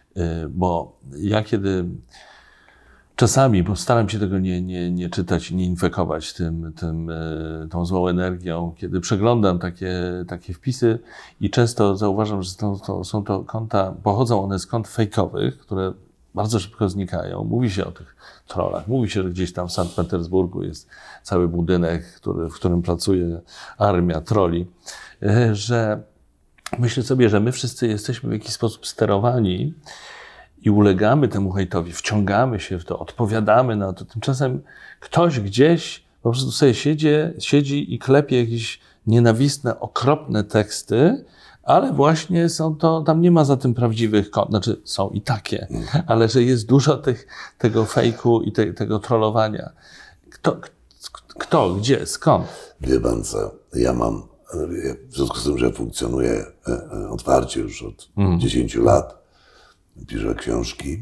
bo ja kiedy czasami, bo staram się tego nie, nie, nie czytać i nie infekować tym, tym, tą złą energią, kiedy przeglądam takie, takie wpisy i często zauważam, że to, to, są to konta, pochodzą one z kont fejkowych, które bardzo szybko znikają. Mówi się o tych trollach, mówi się, że gdzieś tam w Sankt Petersburgu jest cały budynek, który, w którym pracuje armia trolli, że myślę sobie, że my wszyscy jesteśmy w jakiś sposób sterowani i ulegamy temu hejtowi, wciągamy się w to, odpowiadamy na to. Tymczasem ktoś gdzieś po prostu sobie siedzi, siedzi i klepie jakieś nienawistne, okropne teksty, ale właśnie są to, tam nie ma za tym prawdziwych kont, znaczy są i takie, ale że jest dużo tych, tego fejku i te, tego trollowania. Kto, kto, gdzie, skąd? Wie pan co, ja mam, w związku z tym, że funkcjonuję otwarcie już od mm. dziesięciu lat, piszę książki,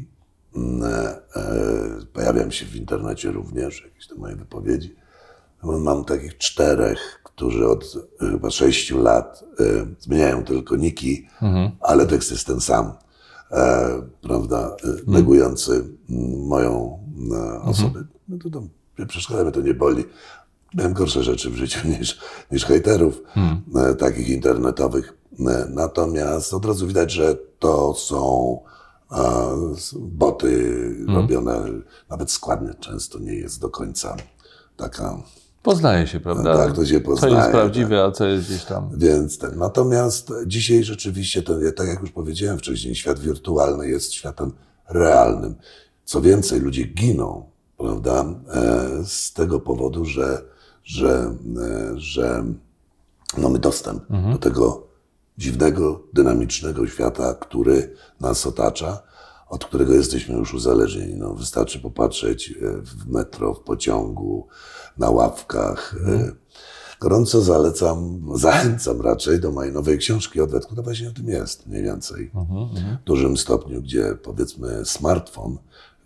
pojawiam się w internecie również, jakieś te moje wypowiedzi. Mam takich czterech, którzy od chyba sześciu lat zmieniają tylko niki, mm. ale tekst jest ten sam, prawda, negujący moją osobę. No to tam nie przeszkadza, mnie to nie boli. Miałem gorsze rzeczy w życiu niż, niż hejterów hmm. takich internetowych. Natomiast od razu widać, że to są a, boty hmm. robione, nawet składnie często nie jest do końca taka... Poznaje się, prawda? Tak, to się poznaje. Co jest prawdziwe, tak. A co jest gdzieś tam. Więc ten, natomiast dzisiaj rzeczywiście, to, tak jak już powiedziałem wcześniej, świat wirtualny jest światem realnym. Co więcej, ludzie giną, prawda, z tego powodu, że, że, że mamy dostęp mhm. do tego dziwnego, dynamicznego świata, który nas otacza, od którego jesteśmy już uzależnieni. No, wystarczy popatrzeć w metro, w pociągu, na ławkach. Mhm. Gorąco zalecam, zachęcam raczej do mojej nowej książki Odwet, która właśnie o tym jest mniej więcej. Mhm. W dużym stopniu, gdzie powiedzmy smartfon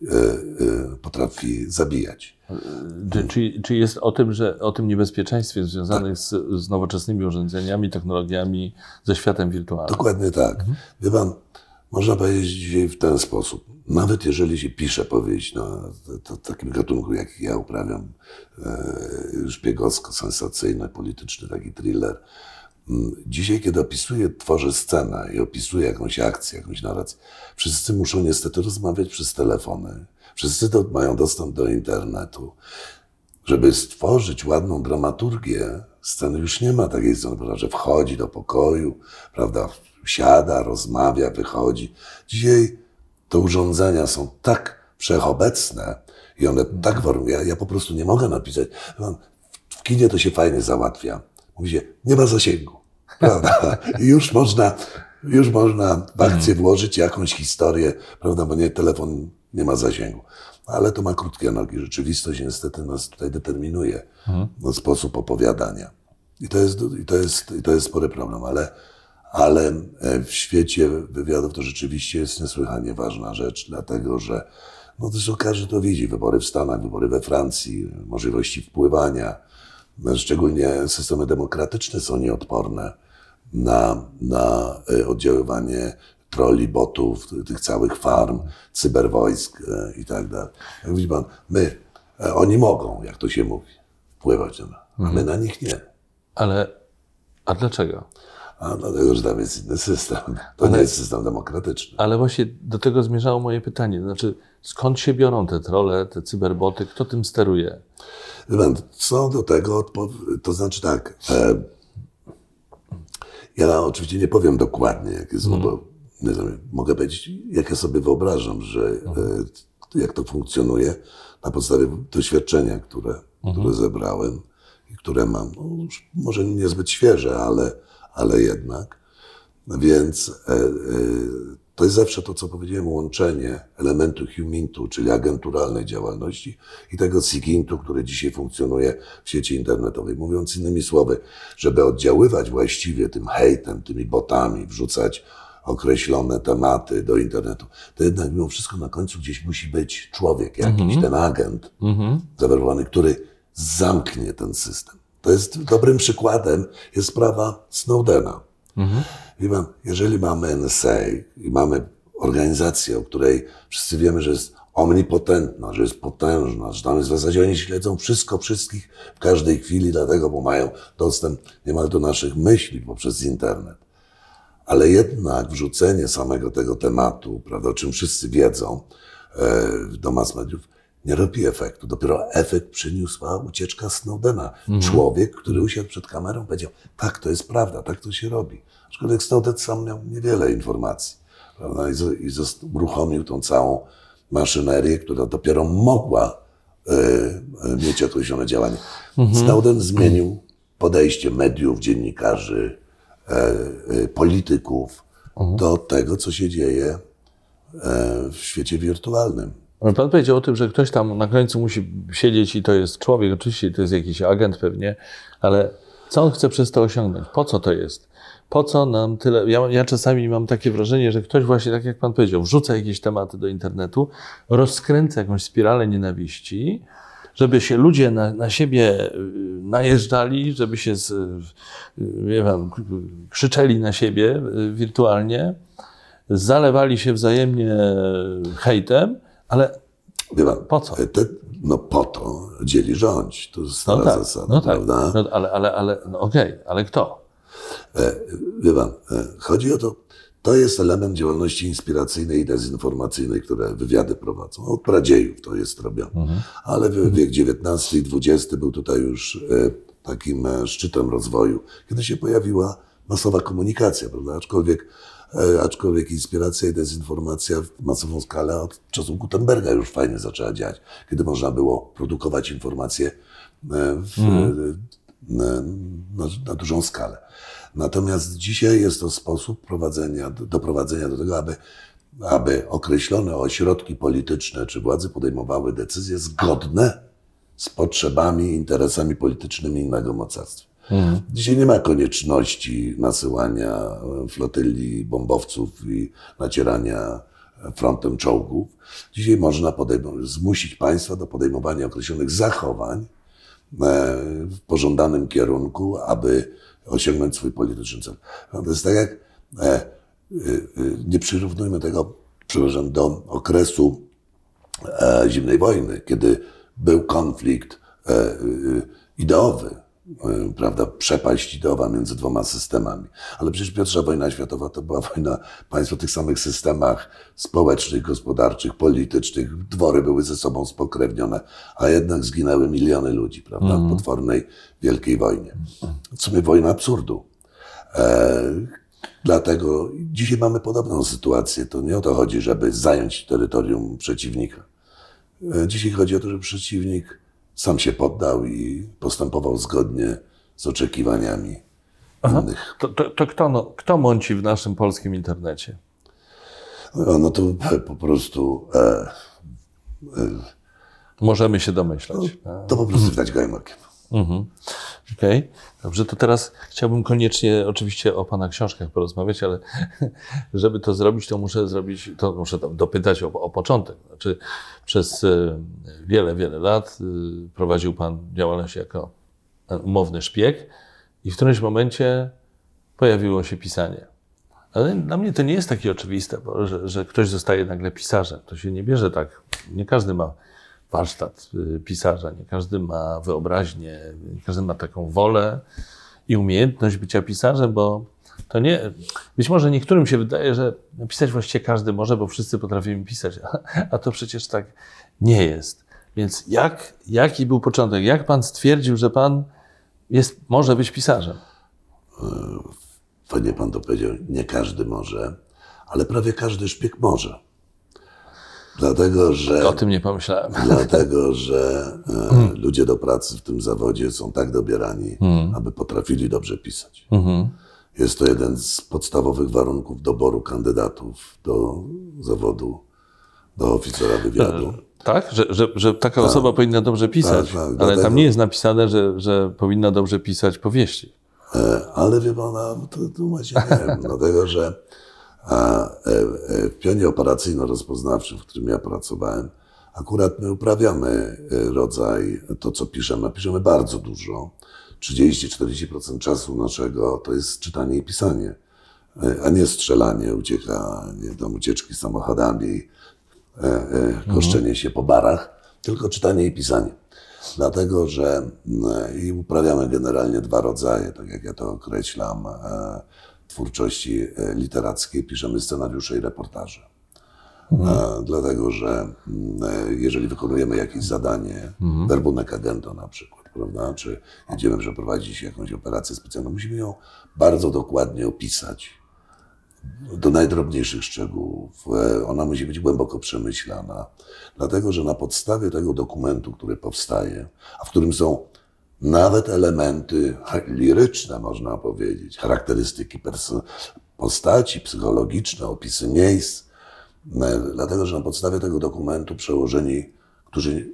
potrafi zabijać. Czy, czy, czy jest o tym, że o tym niebezpieczeństwie związanych tak. z, z nowoczesnymi urządzeniami, technologiami, ze światem wirtualnym? Dokładnie tak. Mhm. Wie pan, można powiedzieć dzisiaj w ten sposób. Nawet jeżeli się pisze powieść no, to, to takim gatunku, jak ja uprawiam, e, szpiegowsko-sensacyjny, polityczny taki thriller. Dzisiaj, kiedy opisuję, tworzę scenę i opisuję jakąś akcję, jakąś narrację, wszyscy muszą niestety rozmawiać przez telefony. Wszyscy to mają dostęp do internetu. Żeby stworzyć ładną dramaturgię sceny, już nie ma takiej sceny, prawda, że wchodzi do pokoju, prawda, siada, rozmawia, wychodzi. Dzisiaj te urządzenia są tak wszechobecne i one tak warunkują. Ja, ja po prostu nie mogę napisać. W kinie to się fajnie załatwia. Mówi się, nie ma zasięgu, prawda? I już można, już można w akcję włożyć jakąś historię, prawda, bo nie, telefon nie ma zasięgu. Ale to ma krótkie nogi. Rzeczywistość niestety nas tutaj determinuje mhm. no, sposób opowiadania. I to jest, i to jest, i to jest spory problem, ale, ale w świecie wywiadów to rzeczywiście jest niesłychanie ważna rzecz, dlatego że no zresztą każdy to widzi. Wybory w Stanach, wybory we Francji, możliwości wpływania. Szczególnie systemy demokratyczne są nieodporne na, na oddziaływanie trolli, botów, tych całych farm, cyberwojsk i tak dalej. Jak widzi pan, my, oni mogą, jak to się mówi, wpływać na nas, a my na nich nie. Ale, a dlaczego? A dlatego, że tam jest inny system. To ale, nie jest system demokratyczny. Ale właśnie do tego zmierzało moje pytanie. Znaczy, skąd się biorą te trolle, te cyberboty? Kto tym steruje? Co do tego, to znaczy tak, e, ja oczywiście nie powiem dokładnie, jak jest, mm. bo nie wiem, mogę powiedzieć, jak ja sobie wyobrażam, że e, jak to funkcjonuje na podstawie doświadczenia, które, mm. które zebrałem i które mam, no, już może niezbyt świeże, ale, ale jednak. Więc e, e, to jest zawsze to, co powiedziałem, łączenie elementu humintu, czyli agenturalnej działalności i tego sigintu, który dzisiaj funkcjonuje w sieci internetowej. Mówiąc innymi słowy, żeby oddziaływać właściwie tym hejtem, tymi botami, wrzucać określone tematy do internetu, to jednak mimo wszystko na końcu gdzieś musi być człowiek, jakiś mm-hmm. ten agent mm-hmm. zawerbowany, który zamknie ten system. To jest dobrym przykładem, jest sprawa Snowdena. Mhm. Wie pan, jeżeli mamy N S A i mamy organizację, o której wszyscy wiemy, że jest omnipotentna, że jest potężna, że tam jest w zasadzie oni śledzą wszystko, wszystkich w każdej chwili, dlatego, bo mają dostęp niemal do naszych myśli poprzez internet. Ale jednak wrzucenie samego tego tematu, prawda, o czym wszyscy wiedzą, e, do mass mediów, nie robi efektu. Dopiero efekt przyniosła ucieczka Snowdena. Mhm. Człowiek, który usiadł przed kamerą, powiedział, tak, to jest prawda, tak to się robi. Aczkolwiek Snowden sam miał niewiele informacji, prawda? I, z, i z, uruchomił tą całą maszynerię, która dopiero mogła mieć określone działanie. Mhm. Snowden zmienił podejście mediów, dziennikarzy, polityków mhm. do tego, co się dzieje w świecie wirtualnym. Pan powiedział o tym, że ktoś tam na końcu musi siedzieć i to jest człowiek, oczywiście to jest jakiś agent pewnie, ale co on chce przez to osiągnąć? Po co to jest? Po co nam tyle? Ja, ja czasami mam takie wrażenie, że ktoś właśnie, tak jak pan powiedział, wrzuca jakieś tematy do internetu, rozkręca jakąś spiralę nienawiści, żeby się ludzie na, na siebie najeżdżali, żeby się z, nie wiem, krzyczeli na siebie wirtualnie, zalewali się wzajemnie hejtem, ale Pan, po co? Te, no po to dzieli rządź. To jest stara no tak, zasada, no tak, prawda? No, ale, ale, ale no okej, okay, ale kto? E, wie pan, e, chodzi o to, to jest element działalności inspiracyjnej i dezinformacyjnej, które wywiady prowadzą. Od pradziejów to jest robione. Mhm. Ale wiek dziewiętnasty i dwudziesty był tutaj już e, takim e, szczytem rozwoju, kiedy się pojawiła masowa komunikacja, prawda? Aczkolwiek Aczkolwiek inspiracja i dezinformacja w masową skalę od czasów Gutenberga już fajnie zaczęła działać, kiedy można było produkować informacje w, mm. na, na, na dużą skalę. Natomiast dzisiaj jest to sposób prowadzenia, doprowadzenia do tego, aby, aby określone ośrodki polityczne czy władze podejmowały decyzje zgodne z potrzebami i interesami politycznymi innego mocarstwa. Mhm. Dzisiaj nie ma konieczności nasyłania flotyli bombowców i nacierania frontem czołgów. Dzisiaj można podejm- zmusić państwa do podejmowania określonych zachowań w pożądanym kierunku, aby osiągnąć swój polityczny cel. To jest tak jak, nie przyrównujmy tego, przepraszam, do okresu zimnej wojny, kiedy był konflikt ideowy, prawda, przepaść ideowa między dwoma systemami. Ale przecież pierwsza wojna światowa to była wojna państw o tych samych systemach społecznych, gospodarczych, politycznych. Dwory były ze sobą spokrewnione, a jednak zginęły miliony ludzi, prawda, mm. w potwornej wielkiej wojnie. W sumie wojna absurdu. E, dlatego dzisiaj mamy podobną sytuację. To nie o to chodzi, żeby zająć terytorium przeciwnika. E, dzisiaj chodzi o to, żeby przeciwnik sam się poddał i postępował zgodnie z oczekiwaniami Aha. innych. To, to, to kto, no, kto mąci w naszym polskim internecie? No, no to po prostu... E, e, Możemy się domyślać. No, to po prostu widać gołym okiem. Mhm. Okej, okay. Dobrze, to teraz chciałbym koniecznie oczywiście o pana książkach porozmawiać, ale żeby to zrobić, to muszę zrobić, to muszę dopytać o, o początek. Znaczy, przez wiele, wiele lat prowadził pan działalność jako umowny szpieg i w którymś momencie pojawiło się pisanie. Ale dla mnie to nie jest takie oczywiste, bo, że, że ktoś zostaje nagle pisarzem. To się nie bierze tak, nie każdy ma warsztat pisarza, nie każdy ma wyobraźnię, nie każdy ma taką wolę i umiejętność bycia pisarzem, bo to nie, być może niektórym się wydaje, że pisać właściwie każdy może, bo wszyscy potrafimy pisać, a, a to przecież tak nie jest. Więc jak, jaki był początek? Jak pan stwierdził, że pan jest, może być pisarzem? Fajnie pan to powiedział, nie każdy może, ale prawie każdy szpieg może. Dlatego, że... O tym nie pomyślałem. Dlatego, że e, hmm. ludzie do pracy w tym zawodzie są tak dobierani, hmm. aby potrafili dobrze pisać. Hmm. Jest to jeden z podstawowych warunków doboru kandydatów do zawodu, do oficera wywiadu. Tak? Że, że, że taka tak. osoba powinna dobrze pisać, tak, tak, ale dlatego... tam nie jest napisane, że, że powinna dobrze pisać powieści. E, ale wie pana, to, to macie nie wiem, dlatego, że A w pionie operacyjno-rozpoznawczym, w którym ja pracowałem, akurat my uprawiamy rodzaj, to co piszemy, piszemy bardzo dużo. trzydzieści do czterdziestu procent czasu naszego to jest czytanie i pisanie, a nie strzelanie, uciekanie, tam ucieczki samochodami, koszczenie się po barach, tylko czytanie i pisanie. Dlatego, że i uprawiamy generalnie dwa rodzaje, tak jak ja to określam, twórczości literackiej, piszemy scenariusze i reportaże. Mhm. Dlatego, że jeżeli wykonujemy jakieś zadanie, mhm. werbunek agenta na przykład, prawda, czy jedziemy przeprowadzić jakąś operację specjalną, musimy ją bardzo dokładnie opisać, do najdrobniejszych szczegółów. Ona musi być głęboko przemyślana, dlatego że na podstawie tego dokumentu, który powstaje, a w którym są nawet elementy liryczne, można powiedzieć, charakterystyki perso- postaci, psychologiczne, opisy miejsc, dlatego że na podstawie tego dokumentu przełożeni, którzy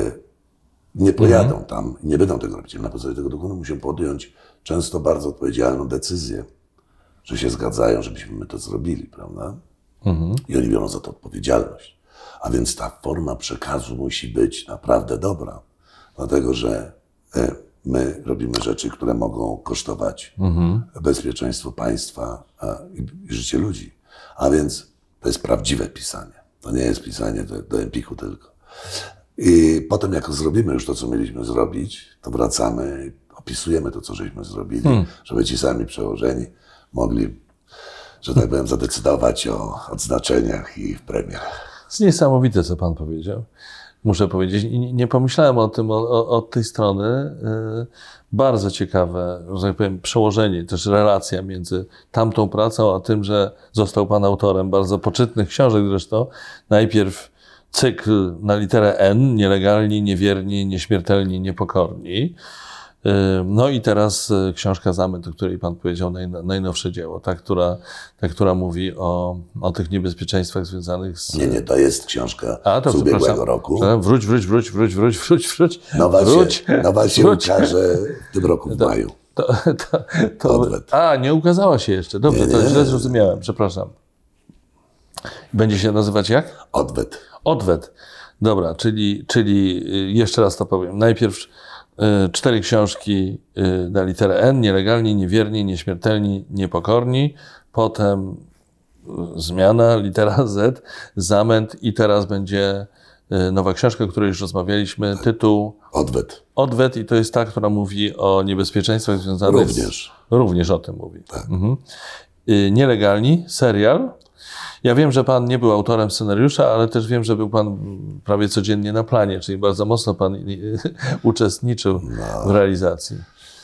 nie pojadą mhm. tam i nie będą tego robić, na podstawie tego dokumentu muszą podjąć często bardzo odpowiedzialną decyzję, że się zgadzają, żebyśmy my to zrobili, prawda? Mhm. I oni biorą za to odpowiedzialność. A więc ta forma przekazu musi być naprawdę dobra, dlatego że my robimy rzeczy, które mogą kosztować mhm. bezpieczeństwo państwa i, i życie ludzi. A więc to jest prawdziwe pisanie. To nie jest pisanie do, do Empiku tylko. I potem jak zrobimy już to, co mieliśmy zrobić, to wracamy, opisujemy to, co żeśmy zrobili, hmm. żeby ci sami przełożeni mogli, że tak powiem, zadecydować o odznaczeniach i premiach. To jest niesamowite, co pan powiedział. Muszę powiedzieć, nie, nie pomyślałem o tym o, o, od tej strony. Yy, bardzo ciekawe, że tak powiem, przełożenie, też relacja między tamtą pracą, a tym, że został pan autorem bardzo poczytnych książek zresztą. Najpierw cykl na literę N, nielegalni, niewierni, nieśmiertelni, niepokorni. No i teraz książka Zamęt, o której pan powiedział, najnowsze dzieło, ta, która, ta, która mówi o, o tych niebezpieczeństwach związanych z... Nie, nie, to jest książka A, to z ubiegłego roku. Wróć, wróć, wróć, wróć, wróć, wróć, wróć. Nowa wróć, się, nowa się wróć. ukaże w tym roku w to, maju. To, to, to, Odwet. A, nie ukazała się jeszcze. Dobrze, nie, nie. To źle zrozumiałem, przepraszam. Będzie się nazywać jak? Odwet. Odwet. Dobra, czyli, czyli jeszcze raz to powiem. Najpierw cztery książki na literę N, nielegalni, niewierni, nieśmiertelni, niepokorni. Potem zmiana, litera Z, Zamęt i teraz będzie nowa książka, o której już rozmawialiśmy. Tytuł Odwet. Odwet i to jest ta, która mówi o niebezpieczeństwach związanych Również. z... Również o tym mówi. Tak. Mhm. Nielegalni, serial. Ja wiem, że pan nie był autorem scenariusza, ale też wiem, że był pan prawie codziennie na planie, czyli bardzo mocno pan uczestniczył no. w realizacji.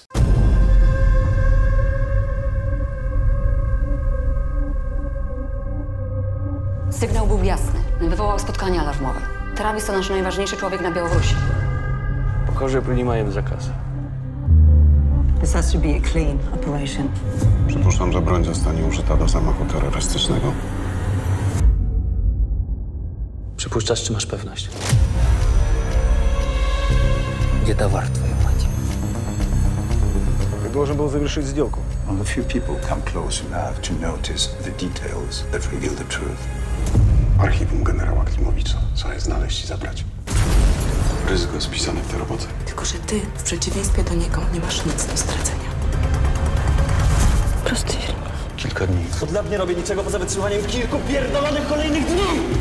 Sygnał był jasny. Wywołał spotkanie alarmowe. Travis to nasz najważniejszy człowiek na Białorusi. Похоже, принимаем zakaz. This has to be a clean operation. Przypuszczam, że broń zostanie użyta do zamachu terrorystycznego. Przypuszczasz, czy masz pewność? Gdzie towar, twoja mać? Ты должен был завершить сделку. Well, a few people come close enough to notice the details that reveal the truth. Archiwum generała Klimowicza. Trzeba je znaleźć i zabrać. Ryzyko jest wpisane w tę robotę. Tylko że ty, w przeciwieństwie do niego, nie masz nic do stracenia. Prosty Kilka dni. Od lat nie robię niczego poza wytrzymaniem kilku pierdolonych kolejnych dni!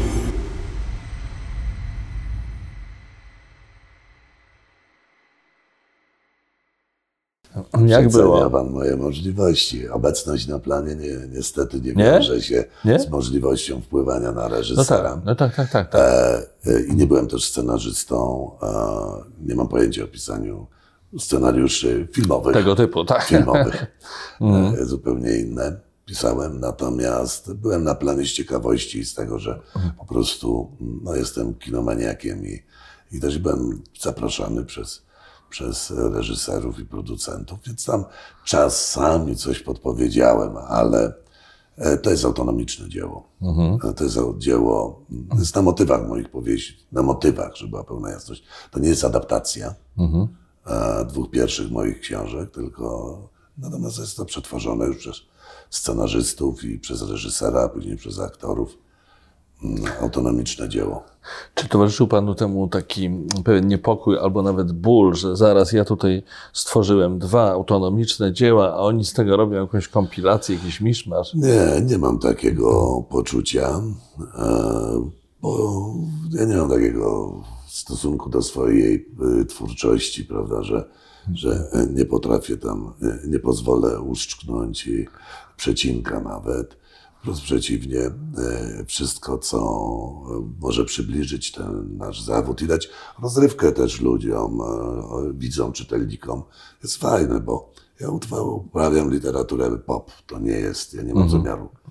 Jak było? Przecenia pan moje możliwości. Obecność na planie nie, niestety nie wiąże się nie? z możliwością wpływania na reżysera. No tak, no tak, tak, tak, tak. E, I nie byłem też scenarzystą. E, nie mam pojęcia o pisaniu scenariuszy filmowych. Tego typu, tak. Filmowych. mm. e, zupełnie inne pisałem. Natomiast byłem na planie z ciekawości i z tego, że po prostu no, jestem kinomaniakiem i, i też byłem zapraszany przez przez reżyserów i producentów, więc tam czasami coś podpowiedziałem, ale to jest autonomiczne dzieło. Mhm. To jest dzieło, to jest na motywach moich powieści, na motywach, żeby była pełna jasność. To nie jest adaptacja mhm. dwóch pierwszych moich książek, tylko natomiast jest to przetworzone już przez scenarzystów i przez reżysera, a później przez aktorów. Autonomiczne dzieło. Czy towarzyszył panu temu taki pewien niepokój albo nawet ból, że zaraz ja tutaj stworzyłem dwa autonomiczne dzieła, a oni z tego robią jakąś kompilację, jakiś miszmasz? Nie, nie mam takiego poczucia, bo ja nie mam takiego stosunku do swojej twórczości, prawda, że, że nie potrafię tam, nie pozwolę uszczknąć przecinka nawet. Wprost przeciwnie, wszystko, co może przybliżyć ten nasz zawód i dać rozrywkę też ludziom, widzom, czytelnikom, jest fajne, bo ja uprawiam literaturę pop. To nie jest, ja nie mam mhm. zamiaru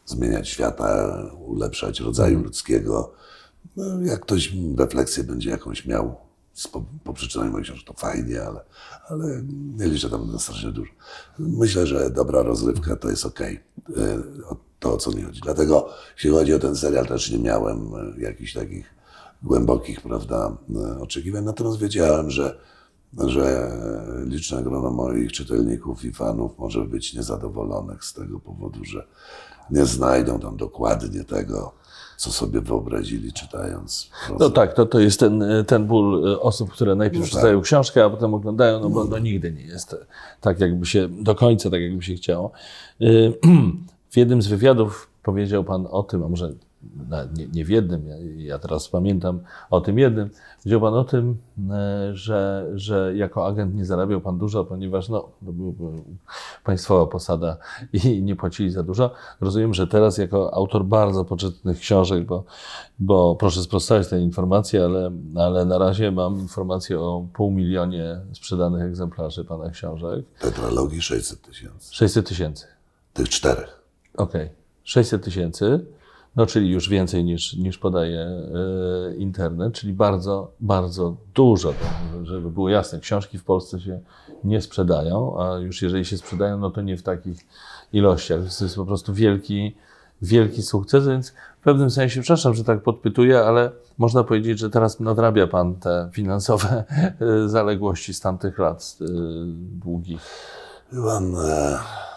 zmieniać świata, ulepszać rodzaju ludzkiego. No, jak ktoś refleksję będzie jakąś miał po, po przeczytaniu mojej książki, to fajnie, ale, ale nie liczę tam na strasznie dużo. Myślę, że dobra rozrywka to jest okej. Okay. To, o co mi chodzi. Dlatego, jeśli chodzi o ten serial, też nie miałem jakichś takich głębokich, prawda, oczekiwań. Natomiast wiedziałem, że, że liczne grono moich czytelników i fanów może być niezadowolonych z tego powodu, że nie znajdą tam dokładnie tego, co sobie wyobrazili, czytając. No tak, to, to jest ten, ten ból osób, które najpierw no czytają tak. książkę, a potem oglądają, no bo no, nigdy nie jest tak, jakby się, do końca tak, jakby się chciało. W jednym z wywiadów powiedział pan o tym, a może nie, nie w jednym, ja, ja teraz pamiętam o tym jednym, powiedział pan o tym, że, że jako agent nie zarabiał pan dużo, ponieważ no, to była państwowa posada i nie płacili za dużo. Rozumiem, że teraz jako autor bardzo poczytnych książek, bo, bo proszę sprostować te informacje, ale, ale na razie mam informację o pół milionie sprzedanych egzemplarzy pana książek. Tetralogii sześćset tysięcy. sześćset tysięcy. Tych czterech. Okej. Okay. sześćset tysięcy. No, czyli już więcej niż, niż podaje e, internet, czyli bardzo, bardzo dużo. Żeby było jasne, książki w Polsce się nie sprzedają, a już jeżeli się sprzedają, no to nie w takich ilościach. To jest po prostu wielki, wielki sukces, więc w pewnym sensie, przepraszam, że tak podpytuję, ale można powiedzieć, że teraz nadrabia pan te finansowe e, zaległości z tamtych lat e, długich. Pan, e,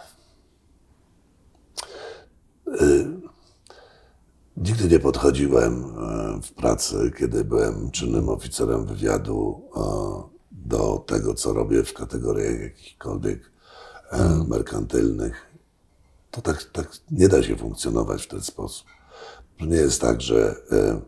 e, Nigdy nie podchodziłem w pracy, kiedy byłem czynnym oficerem wywiadu, do tego, co robię w kategoriach jakichkolwiek hmm. merkantylnych. To tak, tak nie da się funkcjonować w ten sposób. To nie jest tak, że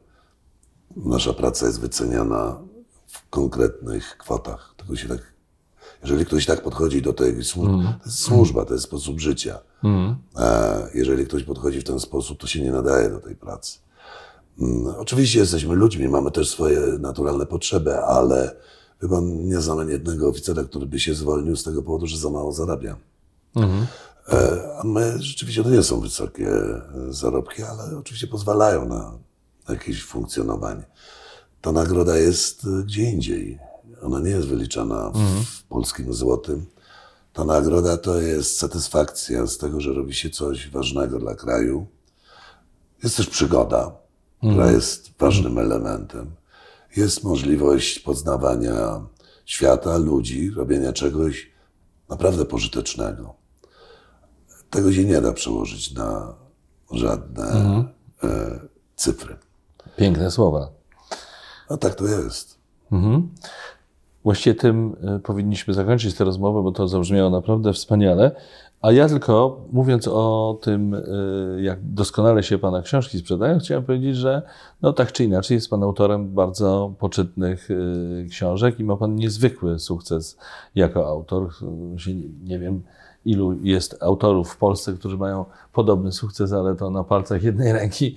nasza praca jest wyceniana w konkretnych kwotach. Tylko się tak, jeżeli ktoś tak podchodzi do tej służby, mm. to jest służba, to jest sposób życia. Mm. Jeżeli ktoś podchodzi w ten sposób, to się nie nadaje do tej pracy. Oczywiście jesteśmy ludźmi, mamy też swoje naturalne potrzeby, ale chyba nie znam ani jednego oficera, który by się zwolnił z tego powodu, że za mało zarabia. Mm. A my rzeczywiście to nie są wysokie zarobki, ale oczywiście pozwalają na jakieś funkcjonowanie. Ta nagroda jest gdzie indziej. Ona nie jest wyliczana w mm. polskim złotym. Ta nagroda to jest satysfakcja z tego, że robi się coś ważnego dla kraju. Jest też przygoda, mm. która jest ważnym elementem. Jest możliwość poznawania świata, ludzi, robienia czegoś naprawdę pożytecznego. Tego się nie da przełożyć na żadne mm. e, cyfry. Piękne słowa. No tak to jest. Mhm. Właściwie tym powinniśmy zakończyć tę rozmowę, bo to zabrzmiało naprawdę wspaniale. A ja tylko, mówiąc o tym, jak doskonale się pana książki sprzedają, chciałem powiedzieć, że no tak czy inaczej jest pan autorem bardzo poczytnych książek i ma pan niezwykły sukces jako autor. Nie wiem, ilu jest autorów w Polsce, którzy mają podobny sukces, ale to na palcach jednej ręki.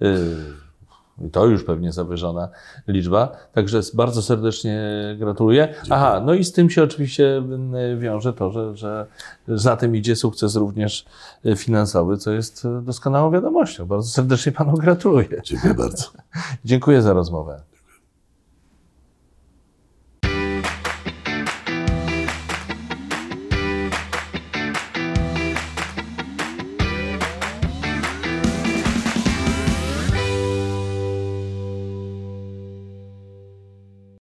I to już pewnie zawyżona liczba. Także bardzo serdecznie gratuluję. Dziękuję. Aha, no i z tym się oczywiście wiąże to, że, że za tym idzie sukces również finansowy, co jest doskonałą wiadomością. Bardzo serdecznie panu gratuluję. Dziękuję bardzo. Dziękuję za rozmowę.